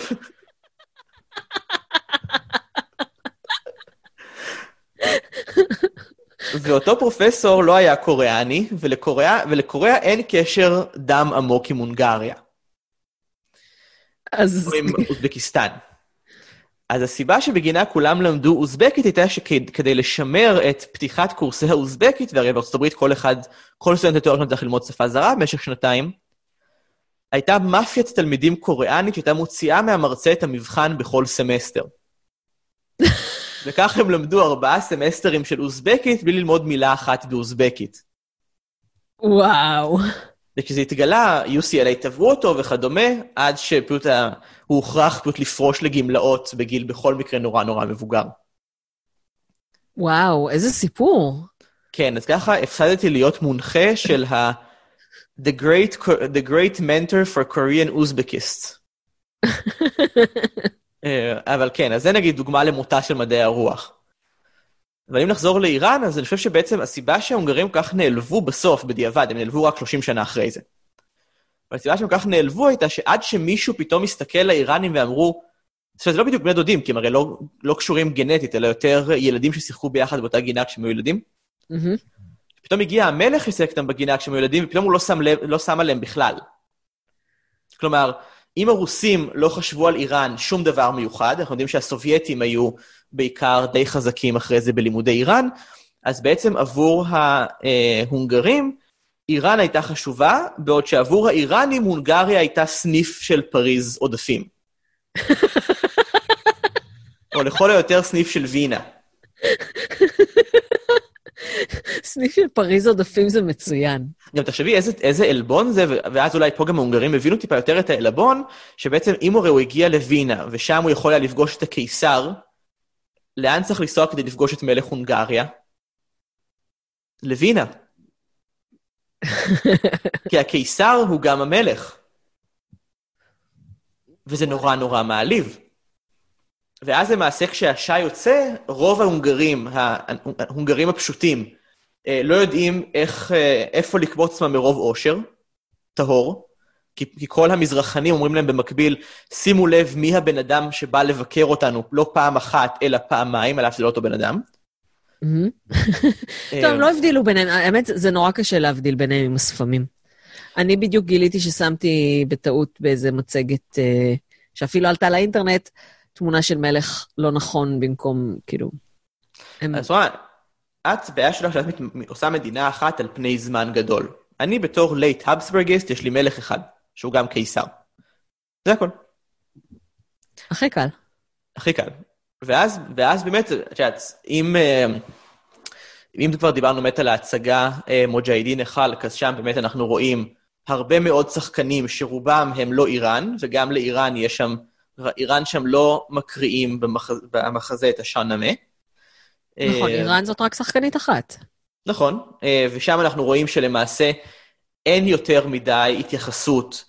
ואותו פרופסור לא היה קוריאני, ולקוריאה, ולקוריאה אין קשר דם עמוק עם הונגריה. אז... או עם אוזבקיסטן. אז הסיבה שבגינה כולם למדו אוזבקית הייתה שכדי לשמר את פתיחת קורסי האוזבקית, והרי בארצות הברית כל אחד, כל סטודנט לתואר ראשון צריך ללמוד שפה זרה במשך שנתיים, הייתה מאפיית תלמידים קוריאנית שהייתה מוציאה מהמרצה את המבחן בכל סמסטר. וכך הם למדו ארבעה סמסטרים של אוזבקית, בלי ללמוד מילה אחת באוזבקית. וואו. וכשזה התגלה, יו סי אל איי תבעו אותו וכדומה, עד שפשוט הוא הוכרח פשוט לפרוש לגמלאות בגיל בכל מקרה נורא נורא מבוגר. וואו, איזה סיפור. כן, אז ככה הפסדתי להיות מונחה של ה... The great, the great mentor for Korean Uzbekists. אבל כן, אז זה נגיד דוגמה למותה של מדעי הרוח. אבל אם נחזור לאיראן, אז אני חושב שבעצם הסיבה שההונגרים כך נעלבו בסוף, בדיעבד, הם נעלבו רק שלושים שנה אחרי זה. אבל הסיבה שהם כך נעלבו הייתה שעד שמישהו פתאום מסתכל לאיראנים ואמרו, שזה לא בדיוק בני דודים, כי הם הרי לא, לא קשורים גנטית, אלא יותר ילדים ששיחקו ביחד באותה גינה כשהם היו ילדים. Mm-hmm. פתאום הגיע המלך ששיחק אותם בגינה כשהם היו ילדים, ופתאום הוא לא שם, לב, לא שם עליהם בכלל. כלומר, אם הרוסים לא חשבו על איראן שום דבר מיוחד, אנחנו יודעים שהסובייטים היו בעיקר די חזקים אחרי זה בלימודי איראן, אז בעצם עבור ההונגרים, איראן הייתה חשובה, בעוד שעבור האיראנים, הונגריה הייתה סניף של פריז עודפים. או לכל היותר סניף של וינה. סניף של פריז עודפים זה מצוין. גם תחשבי איזה, איזה אלבון זה, ואז אולי פה גם ההונגרים הבינו טיפה יותר את האלבון, שבעצם אם הרי הוא הגיע לווינה, ושם הוא יכול היה לפגוש את הקיסר, לאן צריך לנסוע כדי לפגוש את מלך הונגריה? לווינה. כי הקיסר הוא גם המלך. וזה נורא נורא מעליב. ואז למעשה כשהשעה יוצא, רוב ההונגרים, ההונגרים הפשוטים, לא יודעים איך, איפה לקבוץ עצמם מרוב עושר, טהור, כי, כי כל המזרחנים אומרים להם במקביל, שימו לב מי הבן אדם שבא לבקר אותנו, לא פעם אחת, אלא פעמיים, אלא זה לא אותו בן אדם. טוב, לא הבדילו ביניהם, האמת זה נורא קשה להבדיל ביניהם עם השפמים. אני בדיוק גיליתי ששמתי בטעות באיזה מצגת, שאפילו עלתה לאינטרנט, תמונה של מלך לא נכון במקום, כאילו... אז רואה, את בעיה שלך שאת עושה מדינה אחת על פני זמן גדול. אני בתור לייט הבסבורגיסט, יש לי מלך אחד, שהוא גם קיסר. זה הכל. הכי קל. הכי קל. ואז, ואז באמת, שאת, אם, אם כבר דיברנו באמת על ההצגה מוג'הידין אחד, אז שם באמת אנחנו רואים הרבה מאוד שחקנים שרובם הם לא איראן, וגם לאיראן יש שם, איראן שם לא מקריאים במחזה, במחזה את השאנמה. נכון, איראן זאת רק שחקנית אחת. נכון, ושם אנחנו רואים שלמעשה אין יותר מדי התייחסות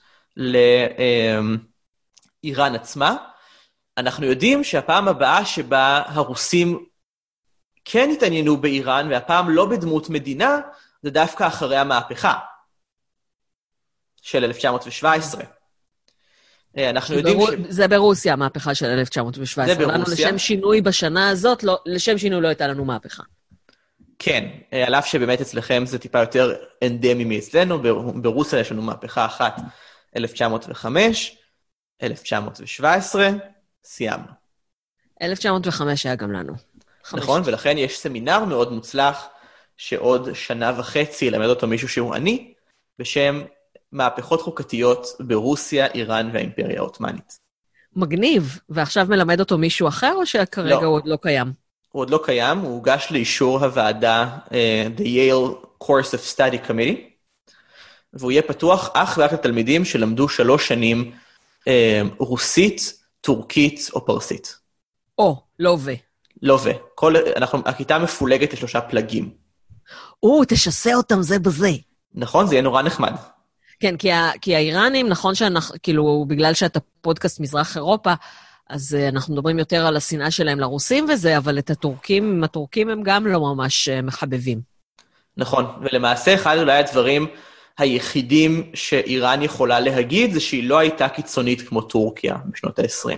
לאיראן עצמה. אנחנו יודעים שהפעם הבאה שבה הרוסים כן התעניינו באיראן, והפעם לא בדמות מדינה, זה דווקא אחרי המהפכה של אלף תשע מאות שבע עשרה. אנחנו יודעים ש... זה ברוסיה, המהפכה של אלף תשע מאות שבע עשרה. זה ברוסיה. לנו לשם שינוי בשנה הזאת, לא, לשם שינוי לא הייתה לנו מהפכה. כן, על אף שבאמת אצלכם זה טיפה יותר אנדמי מאצלנו, ברוסיה יש לנו מהפכה אחת, אלף תשע מאות וחמש, אלף תשע מאות שבע עשרה, סיימנו. אלף תשע מאות וחמש היה גם לנו. נכון, ולכן יש סמינר מאוד מוצלח, שעוד שנה וחצי ילמד אותו מישהו שהוא אני, בשם מהפכות חוקתיות ברוסיה, איראן והאימפריה העות'מאנית. מגניב, ועכשיו מלמד אותו מישהו אחר, או שכרגע לא. הוא עוד לא קיים? הוא עוד לא קיים, הוא הוגש לאישור הוועדה, uh, the Yale Course of Study Committee, והוא יהיה פתוח אך ורק לתלמידים שלמדו שלוש שנים uh, רוסית, טורקית או פרסית. או, לא ו. לא ו. כל, אנחנו, הכיתה מפולגת לשלושה פלגים. או, תשסה אותם זה בזה. נכון, זה יהיה נורא נחמד. כן, כי, ה, כי האיראנים, נכון שאנחנו, כאילו, בגלל שאתה פודקאסט מזרח אירופה, אז uh, אנחנו מדברים יותר על השנאה שלהם לרוסים וזה, אבל את הטורקים, הטורקים הם גם לא ממש uh, מחבבים. נכון, ולמעשה אחד אולי הדברים היחידים שאיראן יכולה להגיד, זה שהיא לא הייתה קיצונית כמו טורקיה בשנות ה-עשרים.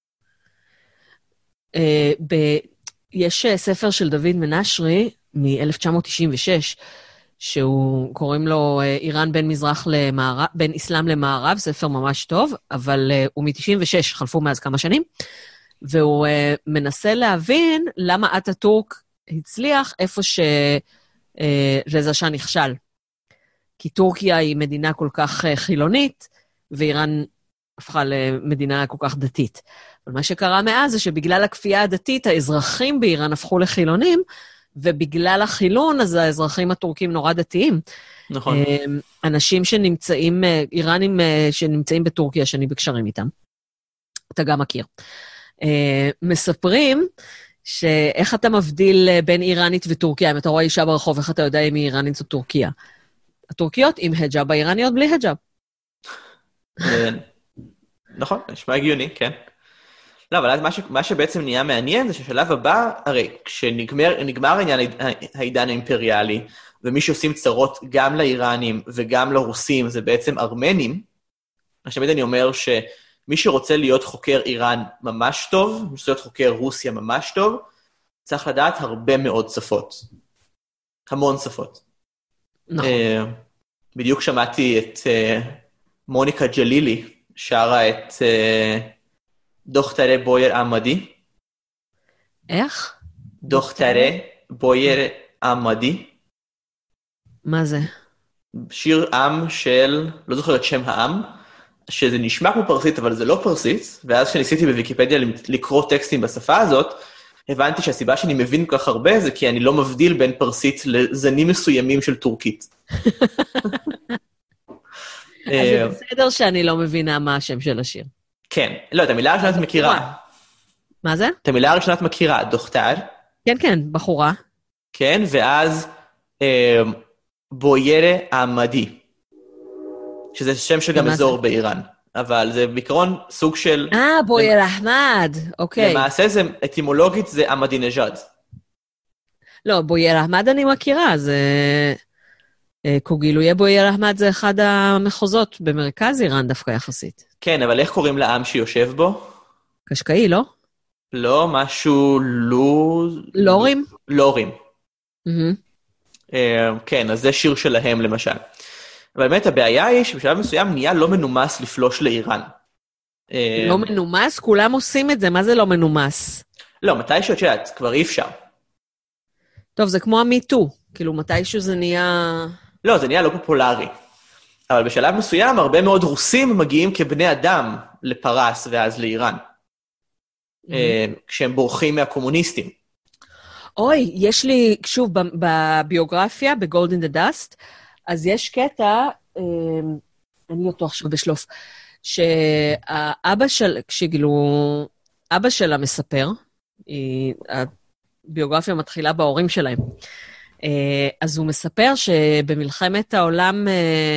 Uh, ב- יש uh, ספר של דוד מנשרי, מ-אלף תשע מאות תשעים ושש, שהוא קוראים לו איראן בין מזרח למערב, בין אסלאם למערב, ספר ממש טוב, אבל uh, הוא מ-תשעים ושש, חלפו מאז כמה שנים, והוא uh, מנסה להבין למה אטאטורק הצליח איפה שרזה שאה נכשל. כי טורקיה היא מדינה כל כך uh, חילונית, ואיראן הפכה למדינה כל כך דתית. אבל מה שקרה מאז זה שבגלל הכפייה הדתית, האזרחים באיראן הפכו לחילונים, ובגלל החילון, אז האזרחים הטורקים נורא דתיים. נכון. אנשים שנמצאים, איראנים שנמצאים בטורקיה, שאני בקשרים איתם. אתה גם מכיר. מספרים שאיך אתה מבדיל בין איראנית וטורקיה, אם אתה רואה אישה ברחוב, איך אתה יודע אם היא איראנית או טורקיה? הטורקיות עם הג'אב, האיראניות בלי הג'אב. נכון, נשמע הגיוני, כן. לא, אבל אז מה, ש, מה שבעצם נהיה מעניין זה ששלב הבא, הרי כשנגמר נגמר העניין העידן האימפריאלי, ומי שעושים צרות גם לאיראנים וגם לרוסים, זה בעצם ארמנים, שתמיד אני אומר שמי שרוצה להיות חוקר איראן ממש טוב, מי שרוצה להיות חוקר רוסיה ממש טוב, צריך לדעת הרבה מאוד שפות. המון שפות. נכון. Uh, בדיוק שמעתי את uh, מוניקה ג'לילי, שרה את... Uh, דוכתרה בויר עמדי. איך? דוכתרה בויר עמדי. מה זה? שיר עם של, לא זוכר את שם העם, שזה נשמע כמו פרסית, אבל זה לא פרסית, ואז כשניסיתי בוויקיפדיה לקרוא טקסטים בשפה הזאת, הבנתי שהסיבה שאני מבין כל כך הרבה, זה כי אני לא מבדיל בין פרסית לזנים מסוימים של טורקית. אז זה בסדר שאני לא מבינה מה השם של השיר. כן, לא, את המילה הראשונה את מכירה. מה זה? את המילה הראשונה את מכירה, דוכתר. כן, כן, בחורה. כן, ואז אה, בוירה עמדי, שזה שם של גם אזור באיראן, אבל זה בעיקרון סוג של... אה, בויר אחמד, אוקיי. למעשה זה, אטימולוגית זה עמדינג'אד. לא, בויר אחמד אני מכירה, זה... קוגילויה בויר אחמד זה אחד המחוזות במרכז איראן דווקא יחסית. כן, אבל איך קוראים לעם שיושב בו? קשקאי, לא? לא, משהו לא... לורים? לורים. Mm-hmm. כן, אז זה שיר שלהם למשל. אבל באמת הבעיה היא שבשלב מסוים נהיה לא מנומס לפלוש לאיראן. לא מנומס? כולם עושים את זה, מה זה לא מנומס? לא, מתישהו את יודעת, כבר אי אפשר. טוב, זה כמו המיטו, כאילו מתישהו זה נהיה... לא, זה נהיה לא פופולרי. אבל בשלב מסוים, הרבה מאוד רוסים מגיעים כבני אדם לפרס ואז לאיראן. Mm-hmm. כשהם בורחים מהקומוניסטים. אוי, יש לי, שוב, בביוגרפיה, ב-Gold in the Dust, אז יש קטע, אני לא אותו עכשיו בשלוף, שהאבא של, כשגילו, אבא שלה מספר, הביוגרפיה מתחילה בהורים שלהם, אז הוא מספר שבמלחמת העולם,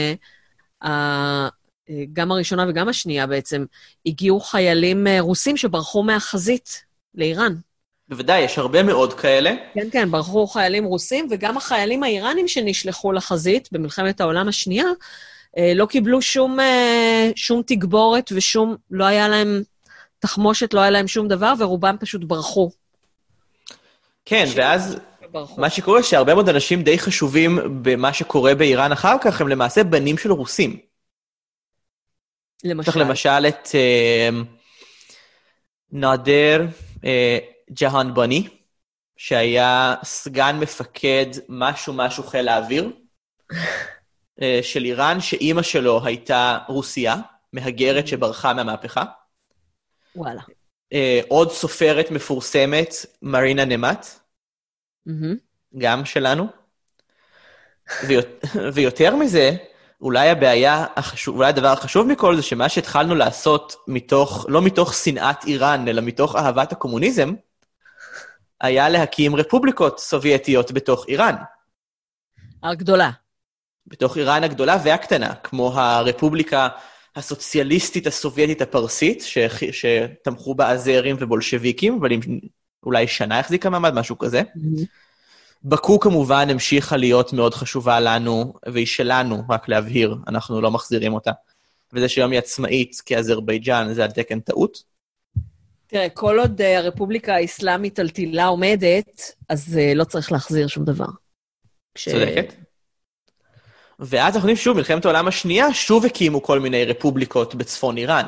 גם הראשונה וגם השנייה בעצם, הגיעו חיילים רוסים שברחו מהחזית לאיראן. בוודאי, יש הרבה מאוד כאלה. כן, כן, ברחו חיילים רוסים, וגם החיילים האיראנים שנשלחו לחזית במלחמת העולם השנייה, לא קיבלו שום, שום תגבורת ושום, לא היה להם תחמושת, לא היה להם שום דבר, ורובם פשוט ברחו. כן, ואז ברחו. מה שקורה שהרבה מאוד אנשים די חשובים במה שקורה באיראן אחר כך, הם למעשה בנים של רוסים. למשל. צריך למשל את אה, נאדר אה, ג'האן בני, שהיה סגן מפקד משהו משהו חיל האוויר, של איראן, שאימא שלו הייתה רוסיה, מהגרת שברחה מהמהפכה. וואלה. עוד סופרת מפורסמת, מרינה נמט, גם שלנו. ויותר מזה, אולי הבעיה, אולי הדבר החשוב מכל זה, שמה שהתחלנו לעשות מתוך, לא מתוך שנאת איראן, אלא מתוך אהבת הקומוניזם, היה להקים רפובליקות סובייטיות בתוך איראן. הגדולה. בתוך איראן הגדולה והקטנה, כמו הרפובליקה הסוציאליסטית הסובייטית הפרסית, ש... שתמכו בה אזרים ובולשוויקים, אבל אולי שנה החזיקה מעמד, משהו כזה. Mm-hmm. בקו כמובן המשיכה להיות מאוד חשובה לנו, והיא שלנו, רק להבהיר, אנחנו לא מחזירים אותה. וזה שהיום היא עצמאית כאזרבייג'אן, זה התקן טעות. תראה, כל עוד הרפובליקה האסלאמית על תילה עומדת, אז לא צריך להחזיר שום דבר. כש... צודקת. ואז אנחנו יודעים שוב, מלחמת העולם השנייה, שוב הקימו כל מיני רפובליקות בצפון איראן.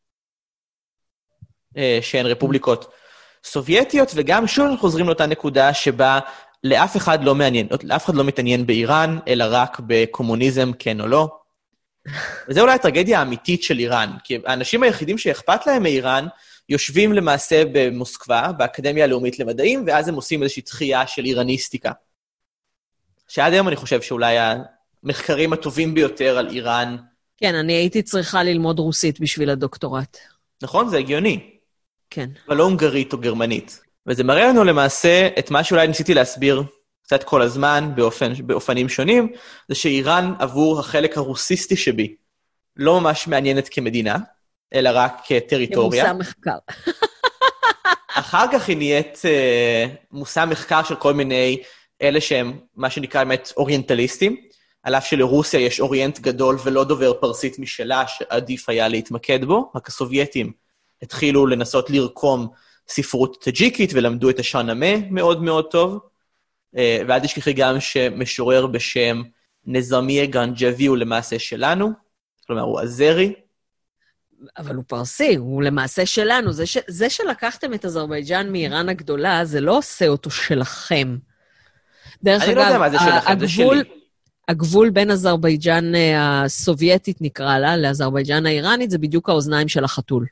שהן רפובליקות סובייטיות, וגם שוב אנחנו חוזרים לאותה נקודה שבה לאף אחד לא מעניין, לאף אחד לא מתעניין באיראן, אלא רק בקומוניזם, כן או לא. וזה אולי הטרגדיה האמיתית של איראן, כי האנשים היחידים שאכפת להם מאיראן, יושבים למעשה במוסקבה, באקדמיה הלאומית למדעים, ואז הם עושים איזושהי תחייה של איראניסטיקה. שעד היום אני חושב שאולי המחקרים הטובים ביותר על איראן... כן, אני הייתי צריכה ללמוד רוסית בשביל הדוקטורט. נכון, זה הגיוני. כן. אבל לא הונגרית או גרמנית. וזה מראה לנו למעשה את מה שאולי ניסיתי להסביר קצת כל הזמן, באופן, באופנים שונים, זה שאיראן עבור החלק הרוסיסטי שבי, לא ממש מעניינת כמדינה, אלא רק כטריטוריה. כמושא מחקר. אחר כך היא נהיית אה, מושא מחקר של כל מיני אלה שהם, מה שנקרא באמת אוריינטליסטים, על אף שלרוסיה יש אוריינט גדול ולא דובר פרסית משלה, שעדיף היה להתמקד בו, רק הסובייטים התחילו לנסות לרקום ספרות טאג'יקית, ולמדו את השאנמה מאוד מאוד טוב, אה, ועד השכחי גם שמשורר בשם נזמיה גנג'בי הוא למעשה שלנו, כלומר הוא עזרי, אבל הוא פרסי, הוא למעשה שלנו. זה, ש... זה שלקחתם את אזרבייג'אן מאיראן הגדולה, זה לא עושה אותו שלכם. דרך אני אגב, לא יודע מה זה שלכם, הגבול, זה שלי. הגבול בין אזרבייג'אן הסובייטית נקרא לה, לאזרבייג'אן האיראנית, זה בדיוק האוזניים של החתול.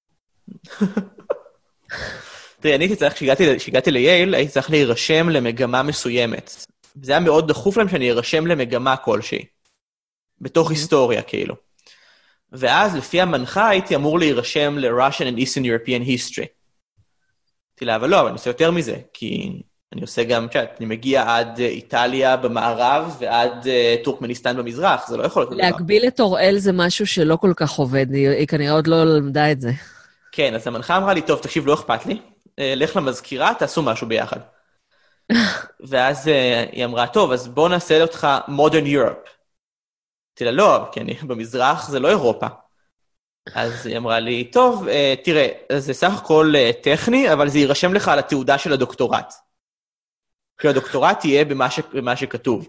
תראי, אני הייתי צריך, כשהגעתי לייל, הייתי צריך להירשם למגמה מסוימת. זה היה מאוד דחוף להם שאני ארשם למגמה כלשהי. בתוך היסטוריה, כאילו. ואז, לפי המנחה, הייתי אמור להירשם ל-Russian and Eastern European History. אמרתי לה, אבל לא, אבל אני עושה יותר מזה, כי אני עושה גם, תשעת, אני מגיע עד איטליה במערב, ועד טורקמניסטן במזרח, זה לא יכול להיות. להגביל את אוראל זה משהו שלא כל כך עובד, היא כנראה עוד לא למדה את זה. כן, אז המנחה אמרה לי, טוב, תקשיב, לא אכפת לי, לך למזכירה, תעשו משהו ביחד. ואז היא אמרה, טוב, אז בוא נעשה אותך Modern Europe. אמרתי לה, לא, כי אני במזרח, זה לא אירופה. אז היא אמרה לי, טוב, תראה, זה סך הכל טכני, אבל זה יירשם לך על התעודה של הדוקטורט. כי הדוקטורט יהיה במה, ש... במה שכתוב.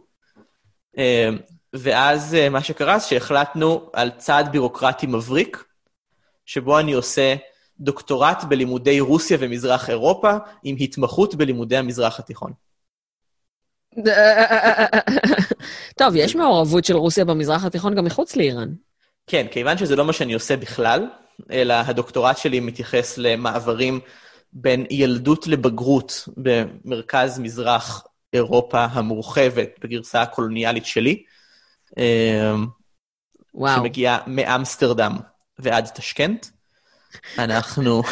ואז מה שקרה זה שהחלטנו על צעד בירוקרטי מבריק, שבו אני עושה דוקטורט בלימודי רוסיה ומזרח אירופה, עם התמחות בלימודי המזרח התיכון. טוב, יש מעורבות של רוסיה במזרח התיכון גם מחוץ לאיראן. כן, כיוון שזה לא מה שאני עושה בכלל, אלא הדוקטורט שלי מתייחס למעברים בין ילדות לבגרות במרכז מזרח אירופה המורחבת בגרסה הקולוניאלית שלי, וואו. שמגיעה מאמסטרדם ועד תשכנת. אנחנו...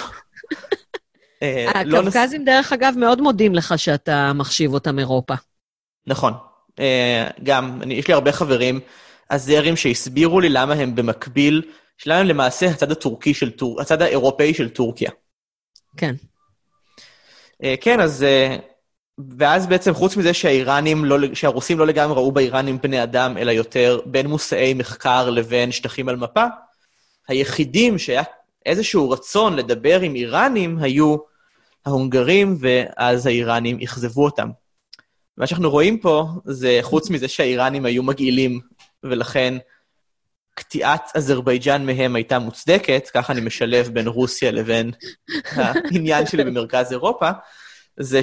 הקווקזים דרך אגב מאוד מודים לך שאתה מחשיב אותם אירופה. נכון. גם, יש לי הרבה חברים הזרים שהסבירו לי למה הם במקביל, שלהם למעשה הצד הטורקי של טורקיה, הצד האירופאי של טורקיה. כן. כן, אז... ואז בעצם חוץ מזה שהאיראנים, לא, שהרוסים לא לגמרי ראו באיראנים בני אדם, אלא יותר בין מושאי מחקר לבין שטחים על מפה, היחידים שהיה איזשהו רצון לדבר עם איראנים היו ההונגרים, ואז האיראנים יחזבו אותם. מה שאנחנו רואים פה זה חוץ מזה שהאיראנים היו מגעילים, ולכן קטיעת אזרבייג'אן מהם הייתה מוצדקת, ככה אני משלב בין רוסיה לבין העניין שלי במרכז אירופה, זה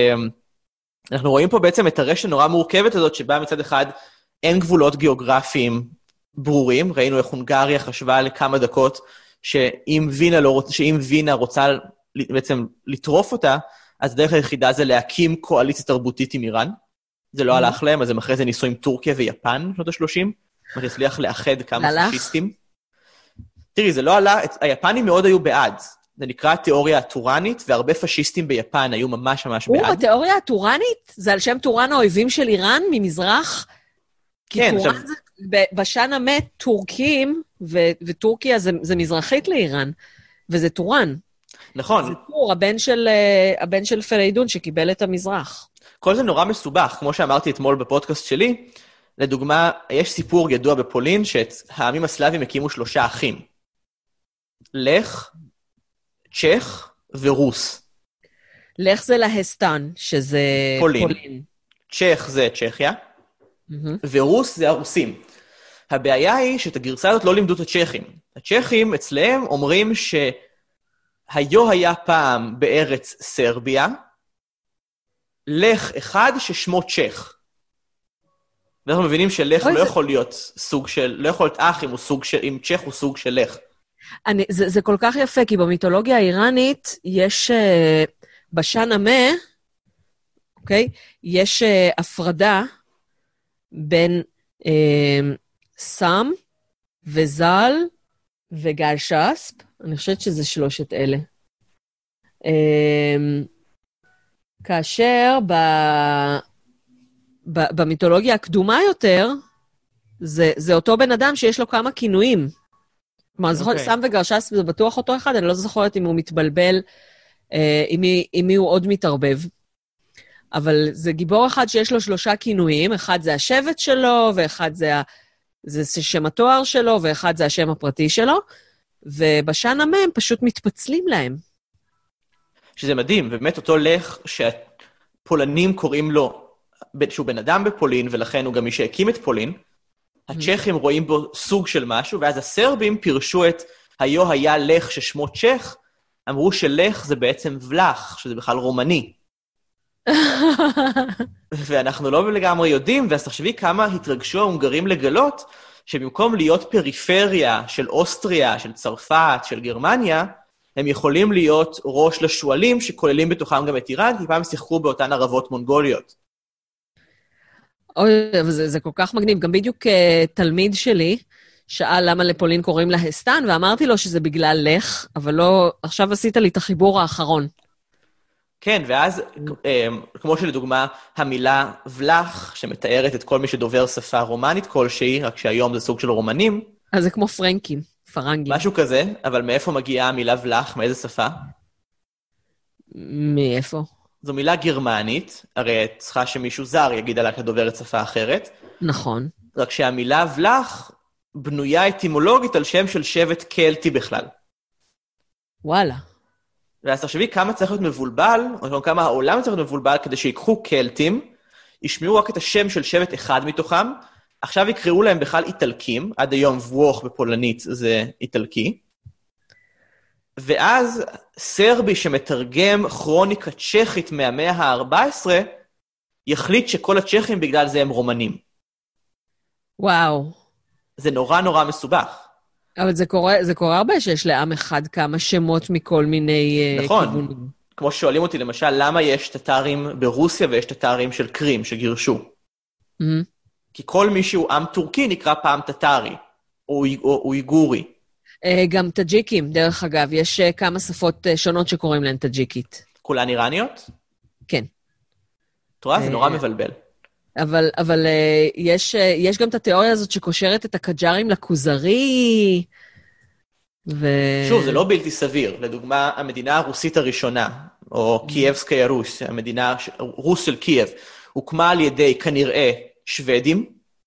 שאנחנו רואים פה בעצם את הרשת הנורא מורכבת הזאת, שבה מצד אחד אין גבולות גיאוגרפיים ברורים, ראינו איך הונגריה חשבה לכמה דקות, שאם וינה, לא, שאם וינה רוצה בעצם לטרוף אותה, אז דרך היחידה זה להקים קואליציה תרבותית עם איראן, זה לא הלך להם, אז הם אחרי זה ניסו עם טורקיה ויפן, שנות ה-שלושים, מה שהצליח לאחד כמה פשיסטים. תראי, זה לא עלה, היפנים מאוד היו בעד, זה נקרא התיאוריה הטורנית, והרבה פשיסטים ביפן היו ממש ממש בעד. או, התיאוריה הטורנית? זה על שם טורן האויבים של איראן ממזרח? כן. כי טורן זה, בשן המת, טורקים, וטורקיה זה, זה מזרחית לאיראן, וזה טורן. נכון. זה טור, הבן של, הבן של פריידון שקיבל את המזרח. כל זה נורא מסובך, כמו שאמרתי אתמול בפודקאסט שלי, לדוגמה, יש סיפור ידוע בפולין, שהעמים הסלאבים הקימו שלושה אחים. לך, צ'ך ורוס. לך זה להסטן, שזה פולין. פולין. צ'ך זה צ'כיה, mm-hmm. ורוס זה הרוסים. הבעיה היא שאת הגרסה הזאת לא לימדו את הצ'כים. הצ'כים אצלהם אומרים שהיו היה פעם בארץ סרביה, לך אחד ששמו צ'ך. ואנחנו מבינים שלך לא זה... יכול להיות סוג של, לא יכול להיות אח אם, הוא סוג של, אם צ'ך הוא סוג של לך. אני, זה, זה כל כך יפה, כי במיתולוגיה האיראנית יש, uh, בשן המה, אוקיי? יש uh, הפרדה בין uh, סם וזל וגלשספ, אני חושבת שזה שלושת אלה. Uh, כאשר ב, ב, במיתולוגיה הקדומה יותר, זה, זה אותו בן אדם שיש לו כמה כינויים. כלומר, okay. סם וגרשס זה בטוח אותו אחד, אני לא זוכרת אם הוא מתבלבל, אה, אם, מי, אם מי הוא עוד מתערבב. אבל זה גיבור אחד שיש לו שלושה כינויים, אחד זה השבט שלו, ואחד זה, זה שם התואר שלו, ואחד זה השם הפרטי שלו, ובשן המה הם פשוט מתפצלים להם. שזה מדהים, באמת אותו לך שהפולנים קוראים לו, שהוא בן אדם בפולין, ולכן הוא גם מי שהקים את פולין, הצ'כים רואים בו סוג של משהו, ואז הסרבים פירשו את היו היה לך ששמו צ'ך, אמרו שלך זה בעצם ולח, שזה בכלל רומני. ואנחנו לא לגמרי יודעים, ואז תחשבי כמה התרגשו ההונגרים לגלות, שבמקום להיות פריפריה של אוסטריה, של צרפת, של גרמניה, הם יכולים להיות ראש לשואלים, שכוללים בתוכם גם את איראן, כי פעם שיחקו באותן ערבות מונגוליות. אוי, זה, זה כל כך מגניב. גם בדיוק uh, תלמיד שלי שאל למה לפולין קוראים לה הסטן, ואמרתי לו שזה בגלל לך, אבל לא, עכשיו עשית לי את החיבור האחרון. כן, ואז, כמו שלדוגמה, המילה ולח, שמתארת את כל מי שדובר שפה רומנית כלשהי, רק שהיום זה סוג של רומנים. אז זה כמו פרנקים, פרנגים. משהו כזה, אבל מאיפה מגיעה המילה ולח? מאיזה שפה? מאיפה? זו מילה גרמנית, הרי צריכה שמישהו זר יגיד עליה כדוברת שפה אחרת. נכון. רק שהמילה ולח בנויה אטימולוגית על שם של שבט קלטי בכלל. וואלה. ואז תחשבי כמה צריך להיות מבולבל, או כמה העולם צריך להיות מבולבל, כדי שיקחו קלטים, ישמעו רק את השם של שבט אחד מתוכם, עכשיו יקראו להם בכלל איטלקים, עד היום ווח בפולנית זה איטלקי, ואז סרבי שמתרגם כרוניקה צ'כית מהמאה ה-ארבע עשרה, יחליט שכל הצ'כים בגלל זה הם רומנים. וואו. זה נורא נורא מסובך. אבל זה קורה, זה קורה הרבה שיש לעם אחד כמה שמות מכל מיני נכון. כיוונים. נכון. כמו ששואלים אותי, למשל, למה יש טטרים ברוסיה ויש טטרים של קרים שגירשו? Mm-hmm. כי כל מי שהוא עם טורקי נקרא פעם טטרי, או אויגורי. גם טאג'יקים, דרך אגב, יש כמה שפות שונות שקוראים להן טאג'יקית. כולן איראניות? כן. תראה, זה נורא מבלבל. אבל, אבל יש, יש גם את התיאוריה הזאת שקושרת את הקג'ארים לכוזרי, ו... שוב, זה לא בלתי סביר. לדוגמה, המדינה הרוסית הראשונה, או קייבסקיה רוס, המדינה, רוס של קייב, הוקמה על ידי כנראה שוודים,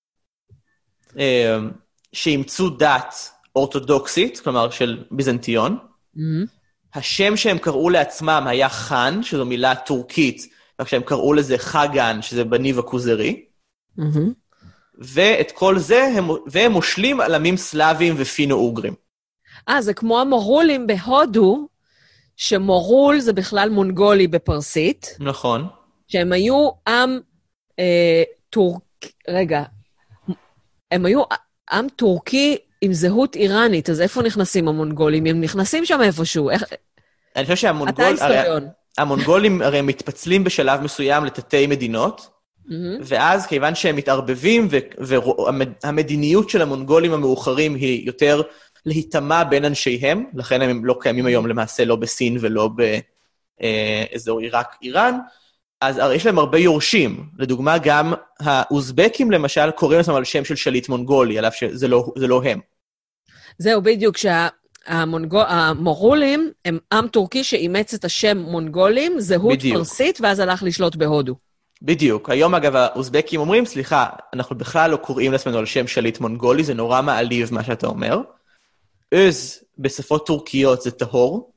שאימצו דת אורתודוקסית, כלומר של ביזנטיון. Mm-hmm. השם שהם קראו לעצמם היה חאן, שזו מילה טורקית, רק שהם קראו לזה חגן, שזה בניב הכוזרי. Mm-hmm. ואת כל זה, הם, והם מושלים עלמים סלאבים ופינו-אוגרים. אה, זה כמו המורולים בהודו, שמורול זה בכלל מונגולי בפרסית. נכון. שהם היו עם אה, טורק... רגע, הם היו עם טורקי עם זהות איראנית, אז איפה נכנסים המונגולים? הם נכנסים שם איפשהו. איך... אני חושב שהמונגול... אתה היסטוריון. המונגולים הרי מתפצלים בשלב מסוים לתתי מדינות, mm-hmm. ואז כיוון שהם מתערבבים, והמדיניות של המונגולים המאוחרים היא יותר להיטמע בין אנשיהם, לכן הם לא קיימים היום למעשה לא בסין ולא באזור עיראק, איראן, אז יש להם הרבה יורשים. לדוגמה, גם האוזבקים למשל קוראים לעצמם על שם של שליט מונגולי, עליו שזה לא, זה לא הם. זהו, בדיוק, שהמורולים הם עם טורקי שאימץ את השם מונגולים, זהות בדיוק. פרסית, ואז הלך לשלוט בהודו. בדיוק. היום, אגב, האוזבקים אומרים, סליחה, אנחנו בכלל לא קוראים לעצמנו על שם שליט מונגולי, זה נורא מעליב מה שאתה אומר. עז בשפות טורקיות זה טהור,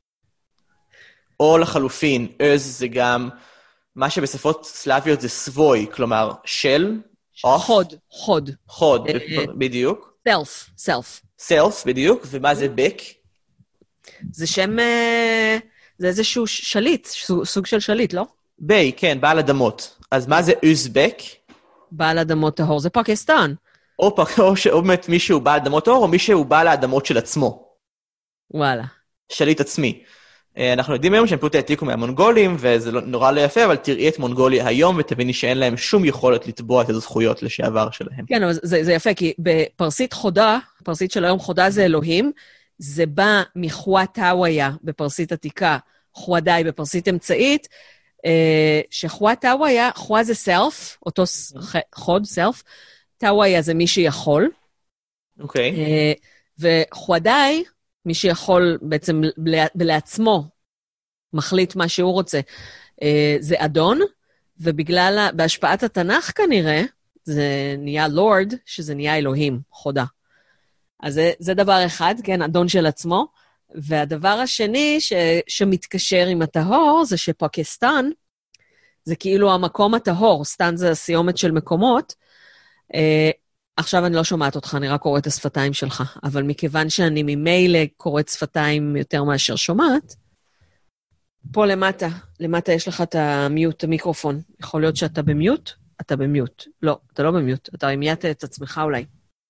או לחלופין, עז זה גם מה שבשפות סלאביות זה סבוי, כלומר, של, חוד, חוד. חוד, בדיוק. סלף, סלף. סלף, בדיוק, ומה זה בק? זה שם, זה איזשהו שליט, סוג של שליט, לא? ביי, כן, בעל אדמות. אז מה זה אוזבק? בעל אדמות טהור, זה פקיסטן. או, או, או באמת מישהו בעל אדמות טהור, או מישהו בעל האדמות של עצמו. וואלה. שליט עצמי. אנחנו יודעים היום שהם פשוט העתיקו מהמונגולים, וזה נורא לא יפה, אבל תראי את מונגוליה היום, ותביני שאין להם שום יכולת לתבוע את הזכויות לשעבר שלהם. כן, אבל זה, זה יפה, כי בפרסית חודה, פרסית של היום חודה זה אלוהים, זה בא מחווה טאוויה בפרסית עתיקה, חואדאי בפרסית אמצעית, שחווה טאוויה, חווה זה סלף, אותו חוד, סלף, טאוויה זה מי שיכול. אוקיי. וחואדאי, מי שיכול בעצם לעצמו, מחליט מה שהוא רוצה, זה אדון, ובגלל, בהשפעת התנ"ך כנראה, זה נהיה לורד, שזה נהיה אלוהים, חודה. אז זה, זה דבר אחד, כן, אדון של עצמו, והדבר השני ש, שמתקשר עם הטהור, זה שפקיסטן, זה כאילו המקום הטהור, סטן זה הסיומת של מקומות, עכשיו אני לא שומעת אותך, אני רק קוראת את השפתיים שלך, אבל מכיוון שאני ממילא קוראת שפתיים יותר מאשר שומעת, פה למטה, למטה יש לך את המיוט, המיקרופון. יכול להיות שאתה במיוט? אתה במיוט. לא, אתה לא במיוט, אתה המייט את עצמך אולי.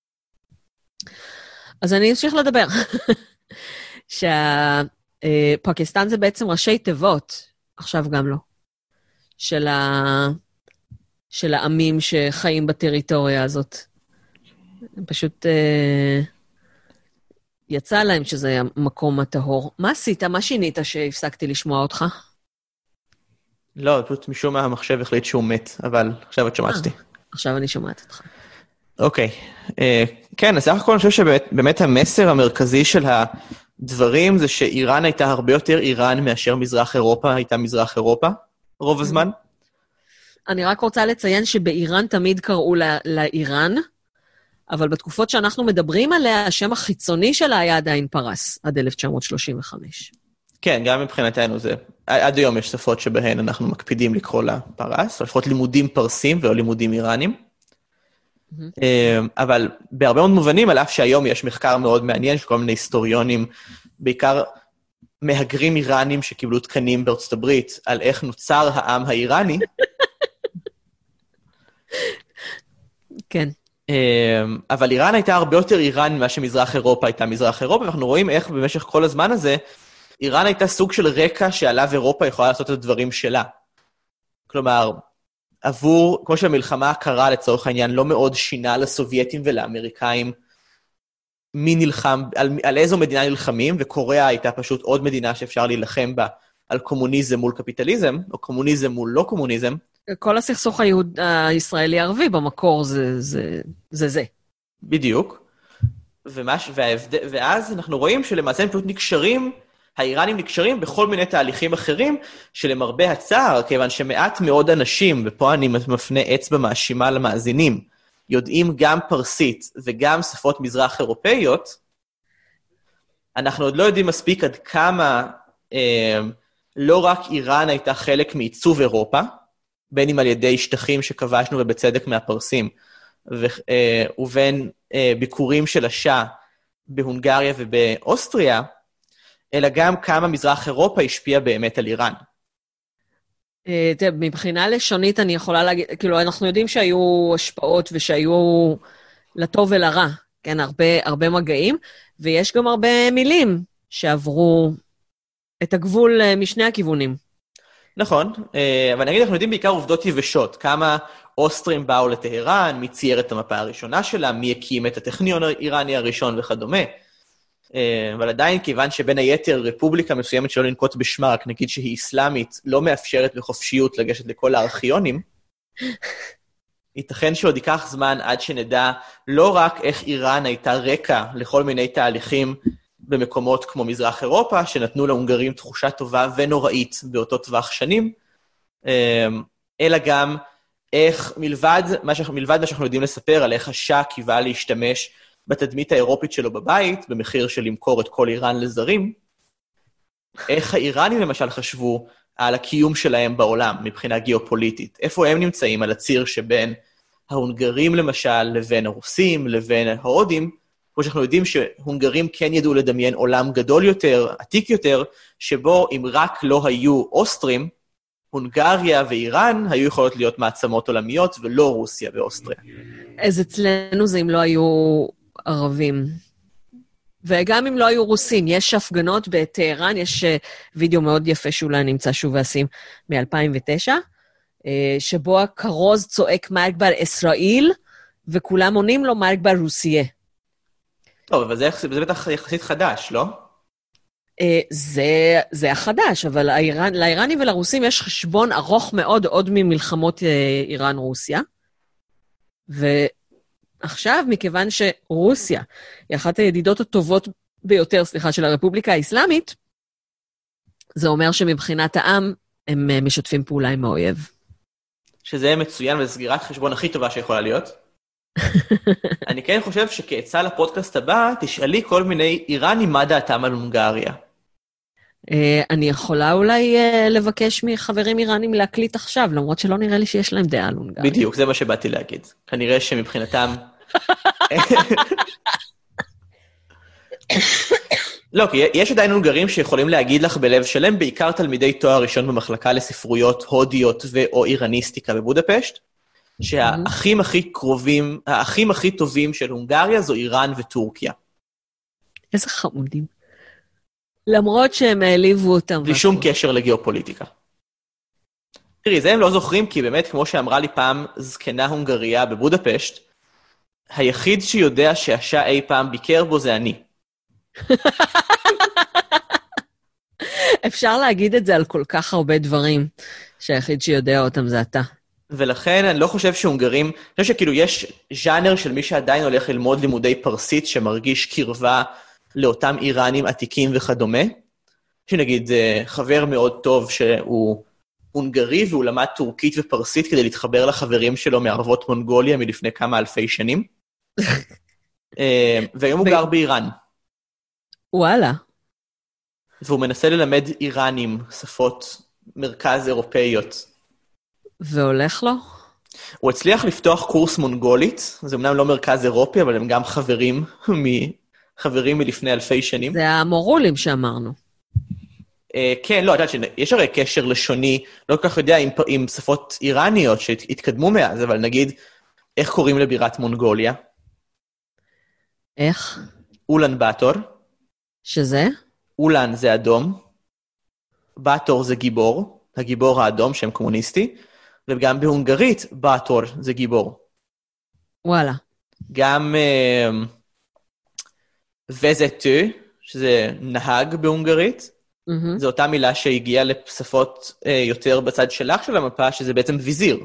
אז אני אמשיך לדבר. שהפקיסטן זה בעצם ראשי תיבות, עכשיו גם לא, של, ה... של העמים שחיים בטריטוריה הזאת. הם פשוט אה, יצא להם שזה המקום הטהור. מה עשית? מה שינית שהפסקתי לשמוע אותך? לא, פשוט משום מה המחשב החליט שהוא מת, אבל עכשיו את שומעת אותי. עכשיו אני שומעת אותך. אוקיי. אה, כן, אז סך הכל אני חושב שבאמת המסר המרכזי של הדברים זה שאיראן הייתה הרבה יותר איראן מאשר מזרח אירופה, הייתה מזרח אירופה רוב הזמן. אני רק רוצה לציין שבאיראן תמיד קראו לה, לאיראן, אבל בתקופות שאנחנו מדברים עליה, השם החיצוני שלה היה עדיין פרס, עד אלף תשע מאות שלושים וחמש. כן, גם מבחינתנו זה. עד היום יש שפות שבהן אנחנו מקפידים לקרוא לה פרס, או לפחות לימודים פרסים ולא לימודים איראנים. Mm-hmm. אבל בהרבה מאוד מובנים, על אף שהיום יש מחקר מאוד מעניין, שכל מיני היסטוריונים, בעיקר מהגרים איראנים שקיבלו תקנים בארצות הברית, על איך נוצר העם האיראני. כן. אבל איראן הייתה הרבה יותר איראן ממה שמזרח אירופה הייתה מזרח אירופה, ואנחנו רואים איך במשך כל הזמן הזה, איראן הייתה סוג של רקע שעליו אירופה יכולה לעשות את הדברים שלה. כלומר, עבור, כמו שהמלחמה הקרה לצורך העניין, לא מאוד שינה לסובייטים ולאמריקאים, מי נלחם, על, על איזו מדינה נלחמים, וקוריאה הייתה פשוט עוד מדינה שאפשר להילחם בה, על קומוניזם מול קפיטליזם, או קומוניזם מול לא קומוניזם. כל הסכסוך היהוד, הישראלי-ערבי במקור זה זה. זה, זה. בדיוק. ומש, וההבד... ואז אנחנו רואים שלמעשה הם פשוט נקשרים, האיראנים נקשרים בכל מיני תהליכים אחרים, שלמרבה הצער, כיוון שמעט מאוד אנשים, ופה אני מפנה אצבע מאשימה למאזינים, יודעים גם פרסית וגם שפות מזרח אירופאיות, אנחנו עוד לא יודעים מספיק עד כמה אה, לא רק איראן הייתה חלק מעיצוב אירופה, בין אם על ידי שטחים שכבשנו ובצדק מהפרסים, ו, אה, ובין אה, ביקורים של השאה בהונגריה ובאוסטריה, אלא גם כמה מזרח אירופה השפיע באמת על איראן. מבחינה לשונית אני יכולה להגיד, כאילו אנחנו יודעים שהיו השפעות ושהיו לטוב ולרע, כן, הרבה, הרבה מגעים, ויש גם הרבה מילים שעברו את הגבול משני הכיוונים. נכון, אבל נגיד אנחנו יודעים בעיקר עובדות יבשות, כמה אוסטרים באו לטהרן, מי צייר את המפה הראשונה שלה, מי הקים את הטכניון האיראני הראשון וכדומה. אבל עדיין, כיוון שבין היתר רפובליקה מסוימת שלא לנקוט בשמה, רק נגיד שהיא איסלאמית, לא מאפשרת בחופשיות לגשת לכל הארכיונים, ייתכן שעוד ייקח זמן עד שנדע לא רק איך איראן הייתה רקע לכל מיני תהליכים במקומות כמו מזרח אירופה, שנתנו להונגרים תחושה טובה ונוראית באותו טווח שנים, אלא גם איך מלבד מה שאנחנו, מלבד מה שאנחנו יודעים לספר על איך השאה קיווה להשתמש בתדמית האירופית שלו בבית, במחיר של למכור את כל איראן לזרים, איך האיראנים למשל חשבו על הקיום שלהם בעולם מבחינה גיאופוליטית. איפה הם נמצאים על הציר שבין ההונגרים למשל, לבין הרוסים, לבין ההודים, כמו שאנחנו יודעים שהונגרים כן ידעו לדמיין עולם גדול יותר, עתיק יותר, שבו אם רק לא היו אוסטרים, הונגריה ואיראן היו יכולות להיות מעצמות עולמיות, ולא רוסיה ואוסטריה. אז אצלנו זה אם לא היו ערבים. וגם אם לא היו רוסים, יש הפגנות בטהרן, יש וידאו מאוד יפה שאולי נמצא שוב ועשים מ-אלפיים ותשע, שבו הכרוז צועק מארקבר ישראל, וכולם עונים לו מארקבר רוסיה. טוב, אבל זה, זה בטח יחסית חדש, לא? זה, זה החדש, אבל האיראן, לאיראנים ולרוסים יש חשבון ארוך מאוד עוד ממלחמות איראן-רוסיה, ועכשיו, מכיוון שרוסיה היא אחת הידידות הטובות ביותר, סליחה, של הרפובליקה האסלאמית, זה אומר שמבחינת העם הם משתפים פעולה עם האויב. שזה מצוין וזו סגירת חשבון הכי טובה שיכולה להיות. אני כן חושב שכעצה לפודקאסט הבא, תשאלי כל מיני איראנים מה דעתם על הונגריה. אני יכולה אולי לבקש מחברים איראנים להקליט עכשיו, למרות שלא נראה לי שיש להם דעה על הונגריה. בדיוק, זה מה שבאתי להגיד. כנראה שמבחינתם... לא, כי יש עדיין הונגרים שיכולים להגיד לך בלב שלם, בעיקר תלמידי תואר ראשון במחלקה לספרויות הודיות ו/או איראניסטיקה בבודפשט, שהאחים הכי קרובים, האחים הכי טובים של הונגריה זו איראן וטורקיה. איזה חמודים. למרות שהם העליבו אותם. בלי שום קשר לגיאופוליטיקה. תראי, זה הם לא זוכרים, כי באמת, כמו שאמרה לי פעם זקנה הונגריה בבודפשט, היחיד שיודע שהשאה אי פעם ביקר בו זה אני. אפשר להגיד את זה על כל כך הרבה דברים, שהיחיד שיודע אותם זה אתה. ולכן אני לא חושב שהונגרים, אני חושב שכאילו יש ז'אנר של מי שעדיין הולך ללמוד לימודי פרסית, שמרגיש קרבה לאותם איראנים עתיקים וכדומה, שנגיד חבר מאוד טוב שהוא הונגרי, והוא למד טורקית ופרסית כדי להתחבר לחברים שלו מערבות מונגוליה מלפני כמה אלפי שנים, והיום הוא גר באיראן. וואלה. והוא מנסה ללמד איראנים שפות מרכז אירופאיות. והולך לו? הוא הצליח לפתוח קורס מונגולית, זה אמנם לא מרכז אירופי, אבל הם גם חברים, חברים מלפני אלפי שנים. זה המורולים שאמרנו. כן, לא, את יודעת שיש הרי קשר לשוני, לא כל כך יודע עם, עם שפות איראניות שהתקדמו מאז, אבל נגיד, איך קוראים לבירת מונגוליה? איך? אולן באטור. שזה? אולן זה אדום, באטור זה גיבור, הגיבור האדום שם קומוניסטי, וגם בהונגרית, באטור זה גיבור. וואלה. גם וזטו, שזה נהג בהונגרית, mm-hmm. זו אותה מילה שהגיעה לשפות יותר בצד שלך של המפה, שזה בעצם ויזיר.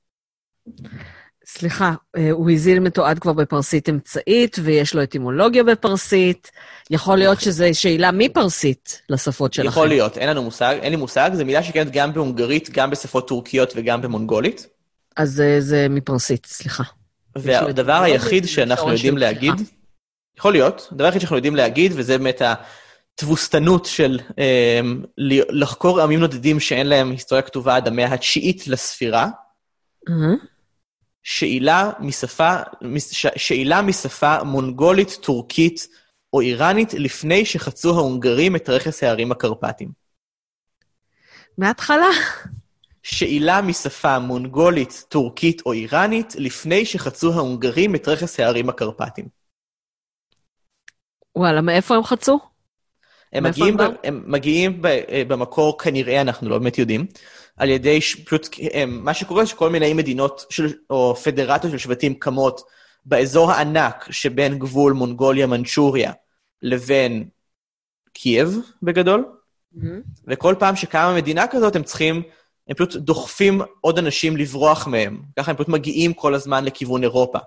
סליחה, ויזיר מתועד כבר בפרסית אמצעית, ויש לו אטימולוגיה בפרסית. יכול להיות שזה שאלה מפרסית לשפות שלכם. יכול להיות, אין לנו מושג, אין לי מושג, זו מילה שקיימת גם בהונגרית, גם בשפות טורקיות וגם במונגולית. אז זה, זה מפרסית, סליחה. והדבר היחיד שאנחנו יודעים להגיד, יכול להיות, הדבר היחיד שאנחנו יודעים להגיד, וזה באמת התבוסתנות של אה, לחקור עמים נודדים שאין להם היסטוריה כתובה עד המאה התשיעית לספירה, uh-huh. שאלה משפה, שאלה משפה מונגולית, טורקית או איראנית, לפני שחצו ההונגרים את רכס הערים הקרפטיים. מההתחלה? שאלה משפה מונגולית, טורקית או איראנית, לפני שחצו ההונגרים את רכס הערים הקרפטיים. וואלה, מאיפה הם חצו? הם מגיעים, ב, הם מגיעים ב, במקור, כנראה אנחנו לא באמת יודעים, על ידי, פשוט, מה שקורה שכל מיני מדינות של, או פדרטיות של שבטים קמות באזור הענק שבין גבול מונגוליה, מנצ'וריה, לבין קייב בגדול, mm-hmm. וכל פעם שקמה מדינה כזאת הם צריכים, הם פשוט דוחפים עוד אנשים לברוח מהם, ככה הם פשוט מגיעים כל הזמן לכיוון אירופה.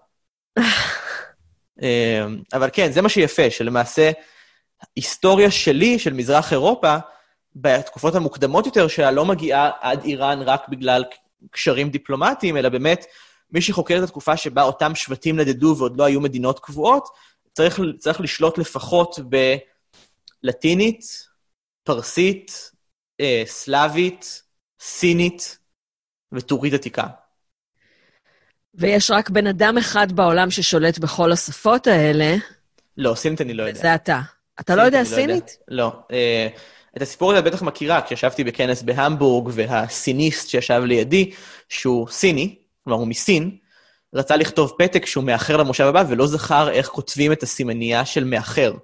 אבל כן, זה מה שיפה, שלמעשה, היסטוריה שלי, של מזרח אירופה, בתקופות המוקדמות יותר, שלה לא מגיעה עד איראן רק בגלל קשרים דיפלומטיים, אלא באמת, מי שחוקר את התקופה שבה אותם שבטים נדדו ועוד לא היו מדינות קבועות, צריך, צריך לשלוט לפחות בלטינית, פרסית, אה, סלאבית, סינית וטורית עתיקה. ויש רק בן אדם אחד בעולם ששולט בכל השפות האלה. לא, סינית אני לא יודע. זה אתה. אתה לא יודע סינית? לא. את הסיפור הזה בטח מכירה, כשישבתי בכנס בהמבורג, והסיניסט שישב לידי, שהוא סיני, כלומר הוא מסין, רצה לכתוב פתק שהוא מאחר למושב הבא, ולא זכר איך כותבים את הסימנייה של מאחר.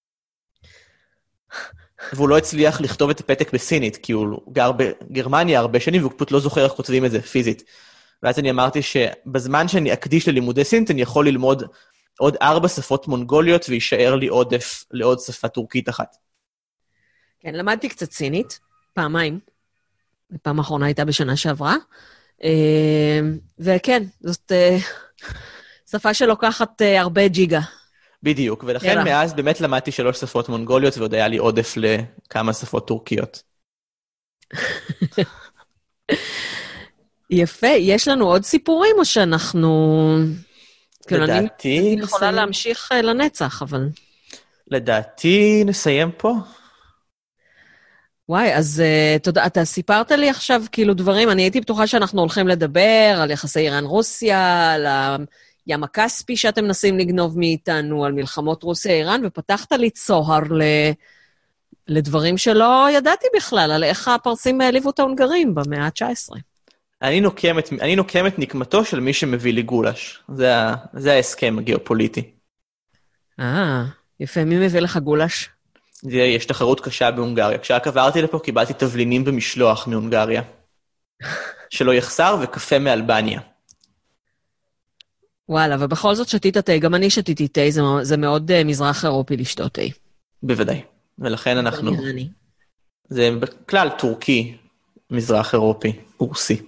והוא לא הצליח לכתוב את הפתק בסינית, כי הוא גר בגרמניה הרבה שנים, והוא פשוט לא זוכר איך כותבים את זה פיזית. ואז אני אמרתי שבזמן שאני אקדיש ללימודי סינית, אני יכול ללמוד עוד ארבע שפות מונגוליות, וישאר לי עודף לעוד שפה טורקית אחת. כן, למדתי קצת סינית, פעמיים. הפעם האחרונה הייתה בשנה שעברה. וכן, זאת שפה שלוקחת הרבה ג'יגה. בדיוק, ולכן יאללה. מאז באמת למדתי שלוש שפות מונגוליות, ועוד היה לי עודף לכמה שפות טורקיות. יפה, יש לנו עוד סיפורים, או שאנחנו... לדעתי... אני יכולה להמשיך לנצח, אבל... לדעתי נסיים פה. וואי, אז uh, תודה, אתה סיפרת לי עכשיו כאילו דברים, אני הייתי בטוחה שאנחנו הולכים לדבר על יחסי איראן-רוסיה, על הים הכספי שאתם מנסים לגנוב מאיתנו, על מלחמות רוסיה-איראן, ופתחת לי צוהר ל... לדברים שלא ידעתי בכלל, על איך הפרסים העליבו את ההונגרים במאה ה-תשע עשרה. אני נוקם את, אני נוקם את נקמתו של מי שמביא לי גולש. זה, זה ההסכם הגיאופוליטי. אה, יפה, מי מביא לך גולש? יש תחרות קשה בהונגריה. כשרק עברתי לפה, קיבלתי תבלינים במשלוח מהונגריה. שלא יחסר וקפה מאלבניה. וואלה, ובכל זאת שתית תה, גם אני שתיתי תה, זה, זה מאוד uh, מזרח אירופי לשתות תה. בוודאי. ולכן אנחנו... זה בכלל טורקי, מזרח אירופי, רוסי.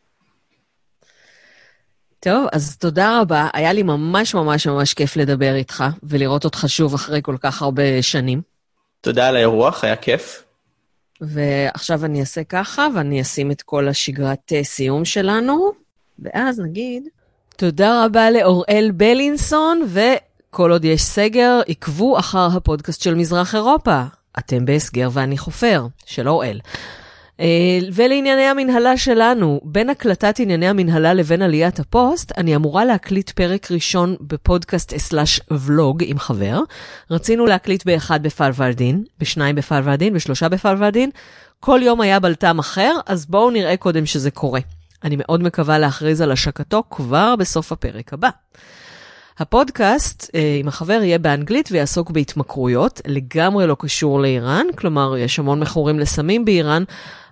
טוב, אז תודה רבה. היה לי ממש ממש ממש כיף לדבר איתך, ולראות אותך שוב אחרי כל כך הרבה שנים. תודה על האירוח, היה כיף. ועכשיו אני אעשה ככה, ואני אשים את כל השגרת סיום שלנו, ואז נגיד... תודה רבה לאוראל בלינסון, וכל עוד יש סגר, עקבו אחר הפודקאסט של מזרח אירופה. אתם בהסגר ואני חופר, של אוראל. ולענייני המנהלה שלנו, בין הקלטת ענייני המנהלה לבין עליית הפוסט, אני אמורה להקליט פרק ראשון בפודקאסט סלאש ולוג עם חבר. רצינו להקליט באחד בפלוורדין, בשניים בפלוורדין, בשלושה בפלוורדין. כל יום היה בלטם אחר, אז בואו נראה קודם שזה קורה. אני מאוד מקווה להכריז על השקתו כבר בסוף הפרק הבא. הפודקאסט עם החבר יהיה באנגלית ויעסוק בהתמכרויות, לגמרי לא קשור לאיראן, כלומר יש המון מכורים לסמים באיראן,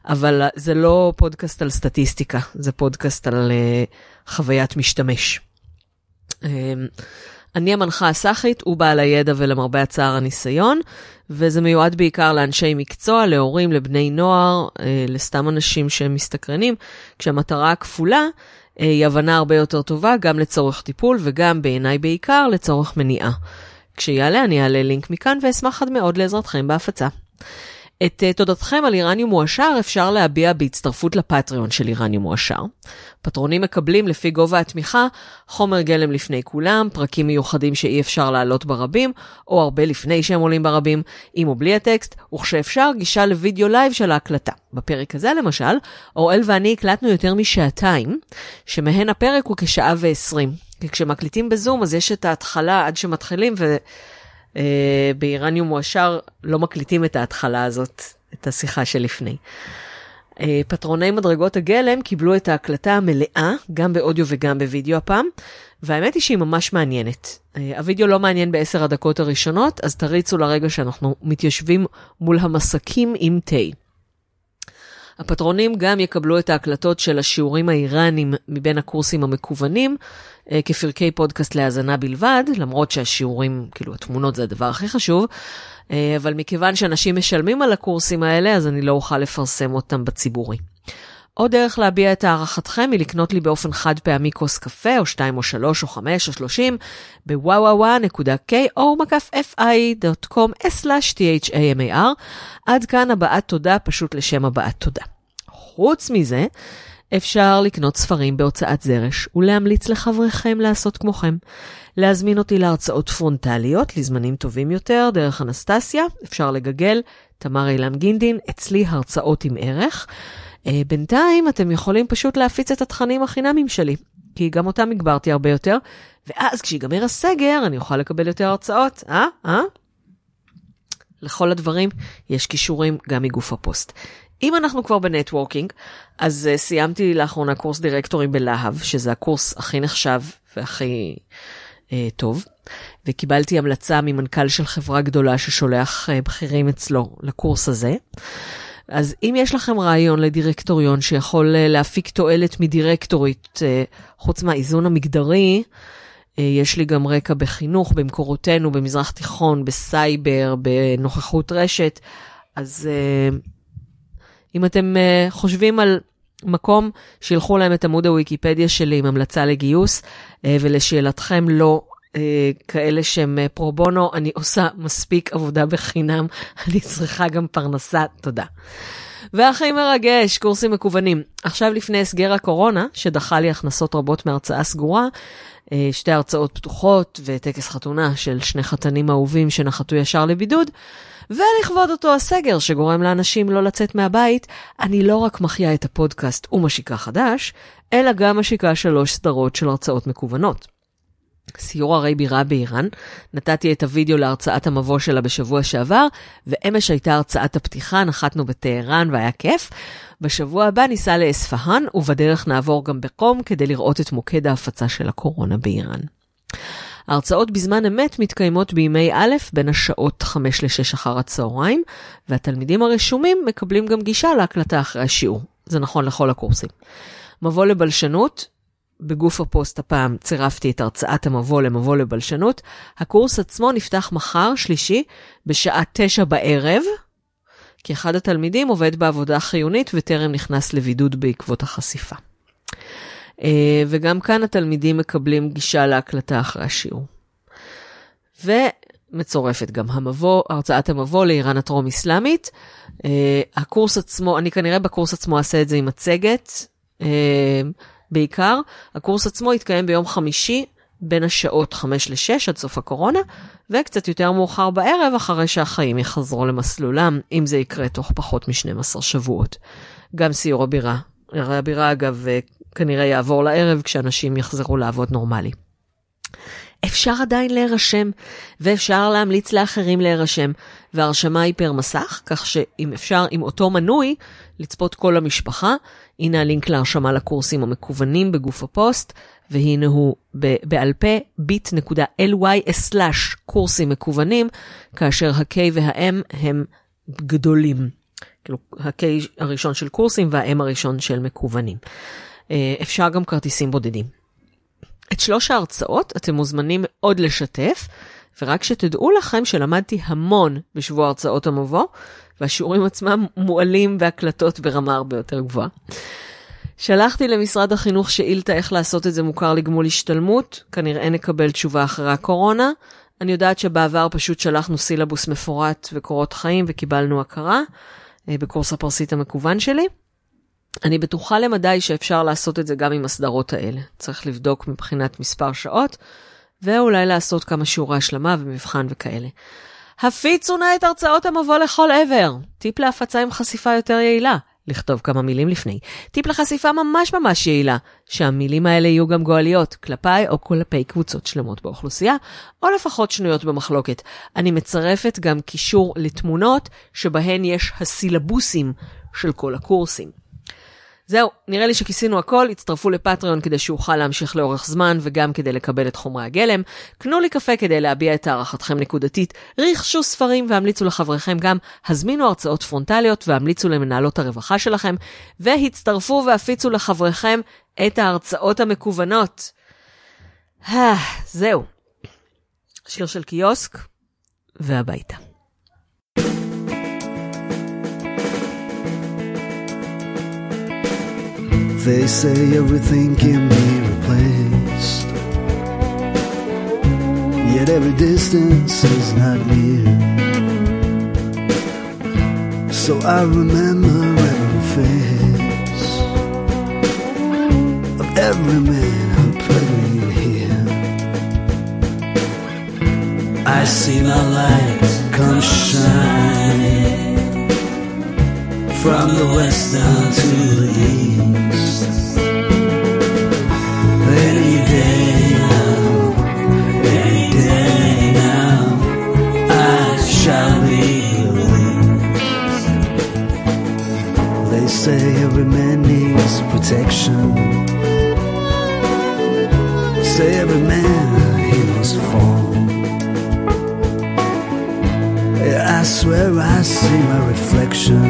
אבל זה לא פודקאסט על סטטיסטיקה, זה פודקאסט על uh, חוויית משתמש. Um, אני המנחה הסחית, הוא בעל הידע ולמרבה הצער הניסיון, וזה מיועד בעיקר לאנשי מקצוע, להורים, לבני נוער, uh, לסתם אנשים שהם מסתקרנים, כשהמטרה הכפולה uh, היא הבנה הרבה יותר טובה, גם לצורך טיפול וגם בעיניי בעיקר לצורך מניעה. כשיעלה אני אעלה לינק מכאן ואשמח עד מאוד לעזרתכם בהפצה. את uh, תודתכם על איראניום מועשר אפשר להביע בהצטרפות לפטריון של איראניום מועשר. פטרונים מקבלים לפי גובה התמיכה חומר גלם לפני כולם, פרקים מיוחדים שאי אפשר לעלות ברבים, או הרבה לפני שהם עולים ברבים, עם או בלי הטקסט, וכשאפשר גישה לוידאו לייב של ההקלטה. בפרק הזה למשל, אוראל ואני הקלטנו יותר משעתיים, שמהן הפרק הוא כשעה ועשרים. כי כשמקליטים בזום אז יש את ההתחלה עד שמתחילים ו... Uh, באיראניום מועשר לא מקליטים את ההתחלה הזאת, את השיחה שלפני. Uh, פטרוני מדרגות הגלם קיבלו את ההקלטה המלאה, גם באודיו וגם בווידאו הפעם, והאמת היא שהיא ממש מעניינת. Uh, הווידאו לא מעניין בעשר הדקות הראשונות, אז תריצו לרגע שאנחנו מתיישבים מול המסקים עם תה. הפטרונים גם יקבלו את ההקלטות של השיעורים האיראנים מבין הקורסים המקוונים, כפרקי פודקאסט להאזנה בלבד, למרות שהשיעורים, כאילו התמונות זה הדבר הכי חשוב, אבל מכיוון שאנשים משלמים על הקורסים האלה, אז אני לא אוכל לפרסם אותם בציבורי. עוד דרך להביע את הערכתכם היא לקנות לי באופן חד פעמי כוס קפה, או שתיים או שלוש או חמש או שלושים, ב-וואוואווה נקודה קו מקף אף איי דוט קום סלאש טי אייץ' איי אם איי אר. עד כאן הבעת תודה, פשוט לשם הבעת תודה. חוץ מזה, אפשר לקנות ספרים בהוצאת זרש, ולהמליץ לחבריכם לעשות כמוכם. להזמין אותי להרצאות פרונטליות, לזמנים טובים יותר, דרך אנסטסיה, אפשר לגגל, תמר אילם גינדין, אצלי הרצאות עם ערך. בינתיים אתם יכולים פשוט להפיץ את התכנים החינמים שלי, כי גם אותם הגברתי הרבה יותר, ואז כשיגמר הסגר אני אוכל לקבל יותר הרצאות, אה? אה? לכל הדברים יש קישורים גם מגוף הפוסט. אם אנחנו כבר בנטוורקינג, אז uh, סיימתי לאחרונה קורס דירקטורים בלהב, שזה הקורס הכי נחשב והכי uh, טוב, וקיבלתי המלצה ממנכ"ל של חברה גדולה ששולח uh, בכירים אצלו לקורס הזה. אז אם יש לכם רעיון לדירקטוריון שיכול uh, להפיק תועלת מדירקטורית, uh, חוץ מהאיזון המגדרי, uh, יש לי גם רקע בחינוך, במקורותינו, במזרח תיכון, בסייבר, בנוכחות רשת, אז... Uh, אם אתם uh, חושבים על מקום, שילחו להם את עמוד הוויקיפדיה שלי עם המלצה לגיוס, uh, ולשאלתכם לא uh, כאלה שהם uh, פרובונו, אני עושה מספיק עבודה בחינם, אני צריכה גם פרנסה, תודה. והכי מרגש, קורסים מקוונים. עכשיו לפני הסגר הקורונה, שדחה לי הכנסות רבות מהרצאה סגורה, uh, שתי הרצאות פתוחות וטקס חתונה של שני חתנים אהובים שנחתו ישר לבידוד, ולכבוד אותו הסגר שגורם לאנשים לא לצאת מהבית, אני לא רק מחיה את הפודקאסט ומשיקה חדש, אלא גם משיקה שלוש סדרות של הרצאות מקוונות. סיור הרי בירה באיראן, נתתי את הוידאו להרצאת המבוא שלה בשבוע שעבר, ואמש הייתה הרצאת הפתיחה, נחתנו בטהרן והיה כיף. בשבוע הבא ניסע לאספהאן, ובדרך נעבור גם בקום כדי לראות את מוקד ההפצה של הקורונה באיראן. ההרצאות בזמן אמת מתקיימות בימי א' בין השעות חמש לשש אחר הצהריים, והתלמידים הרשומים מקבלים גם גישה להקלטה אחרי השיעור. זה נכון לכל הקורסים. מבוא לבלשנות, בגוף הפוסט הפעם צירפתי את הרצאת המבוא למבוא לבלשנות. הקורס עצמו נפתח מחר, שלישי, בשעה תשע בערב, כי אחד התלמידים עובד בעבודה חיונית וטרם נכנס לבידוד בעקבות החשיפה. וגם כאן התלמידים מקבלים גישה להקלטה אחרי השיעור. ומצורפת גם המבוא, הרצאת המבוא לאיראן הטרום אסלאמית. הקורס עצמו, אני כנראה בקורס עצמו אעשה את זה עם מצגת, בעיקר. הקורס עצמו יתקיים ביום חמישי, בין השעות חמש לשש עד סוף הקורונה, וקצת יותר מאוחר בערב, אחרי שהחיים יחזרו למסלולם, אם זה יקרה תוך פחות מ-שנים עשר שבועות. גם סיור הבירה. הבירה, אגב, כנראה יעבור לערב כשאנשים יחזרו לעבוד נורמלי. אפשר עדיין להירשם, ואפשר להמליץ לאחרים להירשם, והרשמה היא פר מסך, כך שאם אפשר עם אותו מנוי, לצפות כל המשפחה. הנה הלינק להרשמה לקורסים המקוונים בגוף הפוסט, והנה הוא בעל פה bit.ly סלאש קורסים מקוונים, כאשר ה-K וה-M הם גדולים. כאילו ה-K הראשון של קורסים וה-M הראשון של מקוונים. אפשר גם כרטיסים בודדים. את שלוש ההרצאות אתם מוזמנים מאוד לשתף, ורק שתדעו לכם שלמדתי המון בשבוע הרצאות המבוא, והשיעורים עצמם מועלים בהקלטות ברמה הרבה יותר גבוהה. שלחתי למשרד החינוך שאילתה איך לעשות את זה מוכר לגמול השתלמות, כנראה נקבל תשובה אחרי הקורונה. אני יודעת שבעבר פשוט שלחנו סילבוס מפורט וקורות חיים וקיבלנו הכרה בקורס הפרסית המקוון שלי. אני בטוחה למדי שאפשר לעשות את זה גם עם הסדרות האלה. צריך לבדוק מבחינת מספר שעות, ואולי לעשות כמה שיעורי השלמה ומבחן וכאלה. הפיצו נא את הרצאות המבוא לכל עבר. טיפ להפצה עם חשיפה יותר יעילה. לכתוב כמה מילים לפני. טיפ לחשיפה ממש ממש יעילה. שהמילים האלה יהיו גם גואליות, כלפיי או כלפי קבוצות שלמות באוכלוסייה, או לפחות שנויות במחלוקת. אני מצרפת גם קישור לתמונות, שבהן יש הסילבוסים של כל הקורסים. זהו, נראה לי שכיסינו הכל, הצטרפו לפטריון כדי שאוכל להמשיך לאורך זמן וגם כדי לקבל את חומרי הגלם. קנו לי קפה כדי להביע את הערכתכם נקודתית, ריחשו ספרים והמליצו לחבריכם גם, הזמינו הרצאות פרונטליות והמליצו למנהלות הרווחה שלכם, והצטרפו והפיצו לחבריכם את ההרצאות המקוונות. זהו, שיר של קיוסק והביתה. They say everything can be replaced, yet every distance is not near. So I remember every face of every man who played here. I see my light come shine from the west down to the east. Any day now, any day now, I shall be released. They say every man needs protection. Say every man he must fall. Yeah, I swear I see my reflection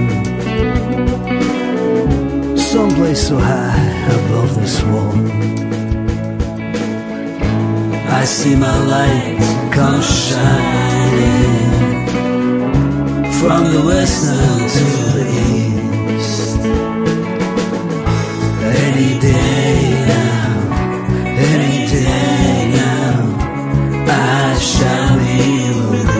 someplace so high above this wall. I see my light come shining from the west now to the east. Any day now, any day now, I shall be released.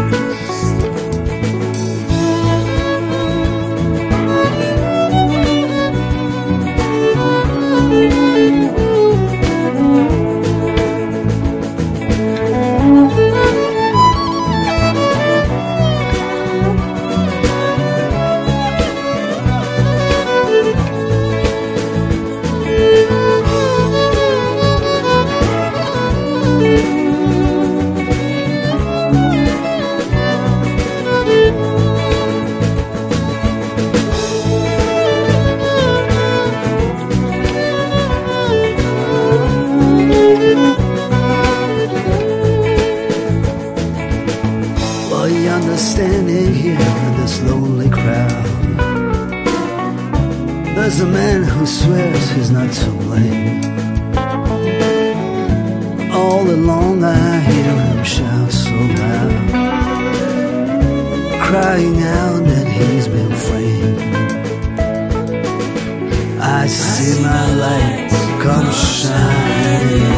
Standing here in this lonely crowd, there's a man who swears he's not to blame. All along I hear him shout so loud, crying out that he's been framed. I see my light come shining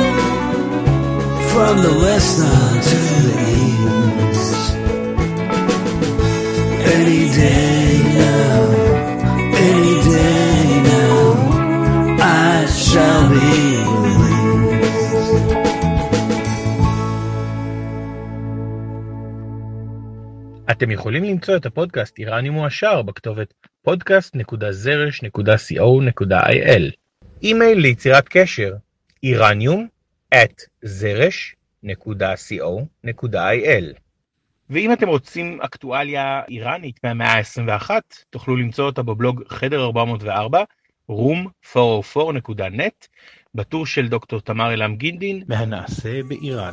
from the west now to the east. Any day now, any day now, I shall be released. אתם יכולים למצוא את הפודקאסט איראני מועשר בכתובת פודקאסט נקודה זרש נקודה קו נקודה איי אל. אימייל ליצירת קשר איראניום את זרש נקודה קו נקודה איי אל. ואם אתם רוצים אקטואליה איראנית מהמאה ה-עשרים ואחת, תוכלו למצוא אותה בבלוג חדר ארבע מאות וארבע, רום ארבע מאות וארבע נקודה נט, בטור של דוקטור תמר אילם גינדין, מהנעשה באיראן.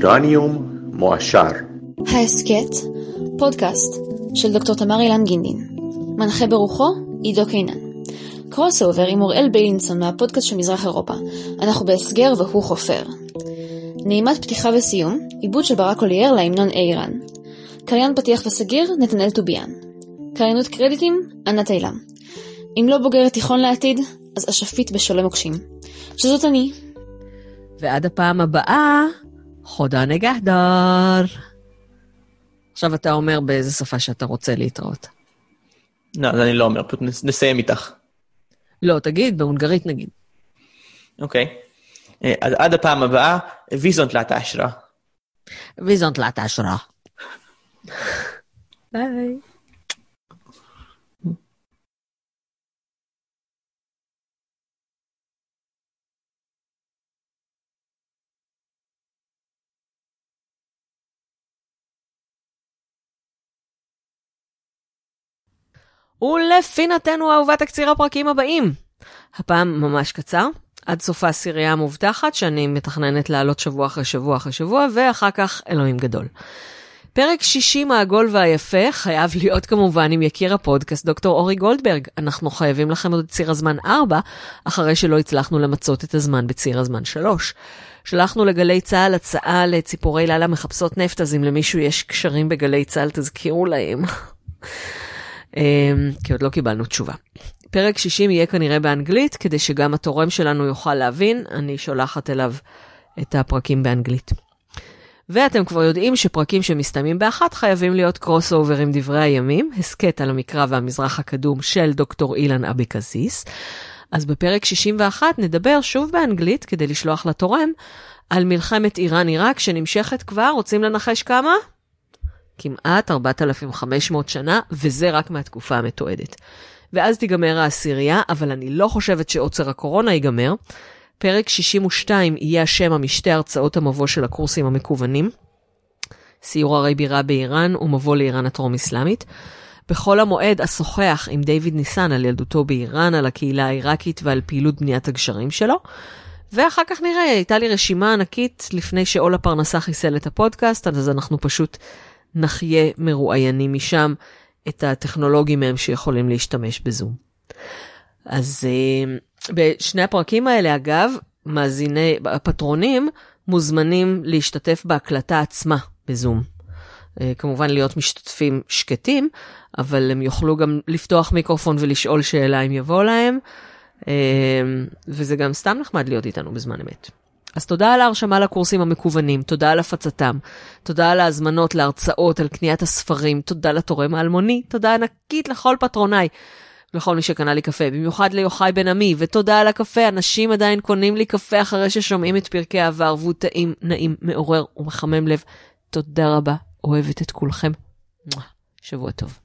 אירניום מועשר. ההסקט, פודקאסט של דוקטור תמר אילן גינדין. מנחה ברוחו, עידו קינן. קרוס אובר עם אוראל בילינסון מהפודקאסט של מזרח אירופה. אנחנו בהסגר והוא חופר. נעימת פתיחה וסיום, עיבוד של ברק אולייר להמנון איראן. קריין פתיח וסגיר, נתנאל טוביאן. קריינות קרדיטים, ענת אילם. אם לא בוגרת תיכון לעתיד, אז אשפית בשולה מוקשים. שזאת אני. ועד הפעם הבאה, חודה נגהדר. עכשיו אתה אומר באיזה שפה שאתה רוצה להתראות. לא, אז אני לא אומר, פשוט נסיים איתך. לא, תגיד, בהונגרית נגיד. אוקיי. אז עד הפעם הבאה, ויזונט לאט האשרה. ויזונט לאט האשרה. ביי. ולפינתנו אהובת הקציר הפרקים הבאים. הפעם ממש קצר, עד סופה סירייה המובטחת, שאני מתכננת לעלות שבוע אחרי שבוע אחרי שבוע, ואחר כך אלוהים גדול. פרק שישים העגול והיפה חייב להיות כמובן עם יקיר הפודקאסט דוקטור אורי גולדברג. אנחנו חייבים לכם עוד ציר הזמן ארבע, אחרי שלא הצלחנו למצות את הזמן בציר הזמן שלוש. שלחנו לגלי צהל הצעה לציפורי לילה מחפשות נפט, אז אם למישהו יש קשרים בגלי צהל, תזכירו להם. כי עוד לא קיבלנו תשובה. פרק שישים יהיה כנראה באנגלית, כדי שגם התורם שלנו יוכל להבין. אני שולחת אליו את הפרקים באנגלית. ואתם כבר יודעים שפרקים שמסתיימים באחת חייבים להיות קרוס אובר עם דברי הימים, הסקט על המקרא והמזרח הקדום של דוקטור אילן אבקסיס. אז בפרק שישים ואחת נדבר שוב באנגלית, כדי לשלוח לתורם, על מלחמת איראן-עיראק שנמשכת כבר, רוצים לנחש כמה? כמעט ארבעת אלפים וחמש מאות שנה, וזה רק מהתקופה המתועדת. ואז תיגמר העשירייה, אבל אני לא חושבת שעוצר הקורונה ייגמר. פרק שישים ושתיים יהיה השם המשתי הרצאות המבוא של הקורסים המקוונים. סיור הרי בירה באיראן ומבוא לאיראן הטרום-אסלאמית. בכל המועד אשוחח עם דיוויד ניסן על ילדותו באיראן, על הקהילה העיראקית ועל פעילות בניית הגשרים שלו. ואחר כך נראה, הייתה לי רשימה ענקית לפני שעול הפרנסה חיסל את הפודקאסט, אז אנחנו פשוט נחיה מרואיינים משם את הטכנולוגים מהם שיכולים להשתמש בזום. אז בשני הפרקים האלה, אגב, מאזיני הפטרונים מוזמנים להשתתף בהקלטה עצמה בזום. כמובן להיות משתתפים שקטים, אבל הם יוכלו גם לפתוח מיקרופון ולשאול שאלה אם יבוא להם, וזה גם סתם נחמד להיות איתנו בזמן אמת. אז תודה על ההרשמה לקורסים המקוונים, תודה על הפצתם, תודה על ההזמנות להרצאות, על קניית הספרים, תודה לתורם האלמוני, תודה ענקית לכל פטרוניי, לכל מי שקנה לי קפה, במיוחד ליוחאי בן עמי, ותודה על הקפה, אנשים עדיין קונים לי קפה אחרי ששומעים את פרקי העבר, והוא טעים, נעים, מעורר ומחמם לב. תודה רבה, אוהבת את כולכם. שבוע טוב.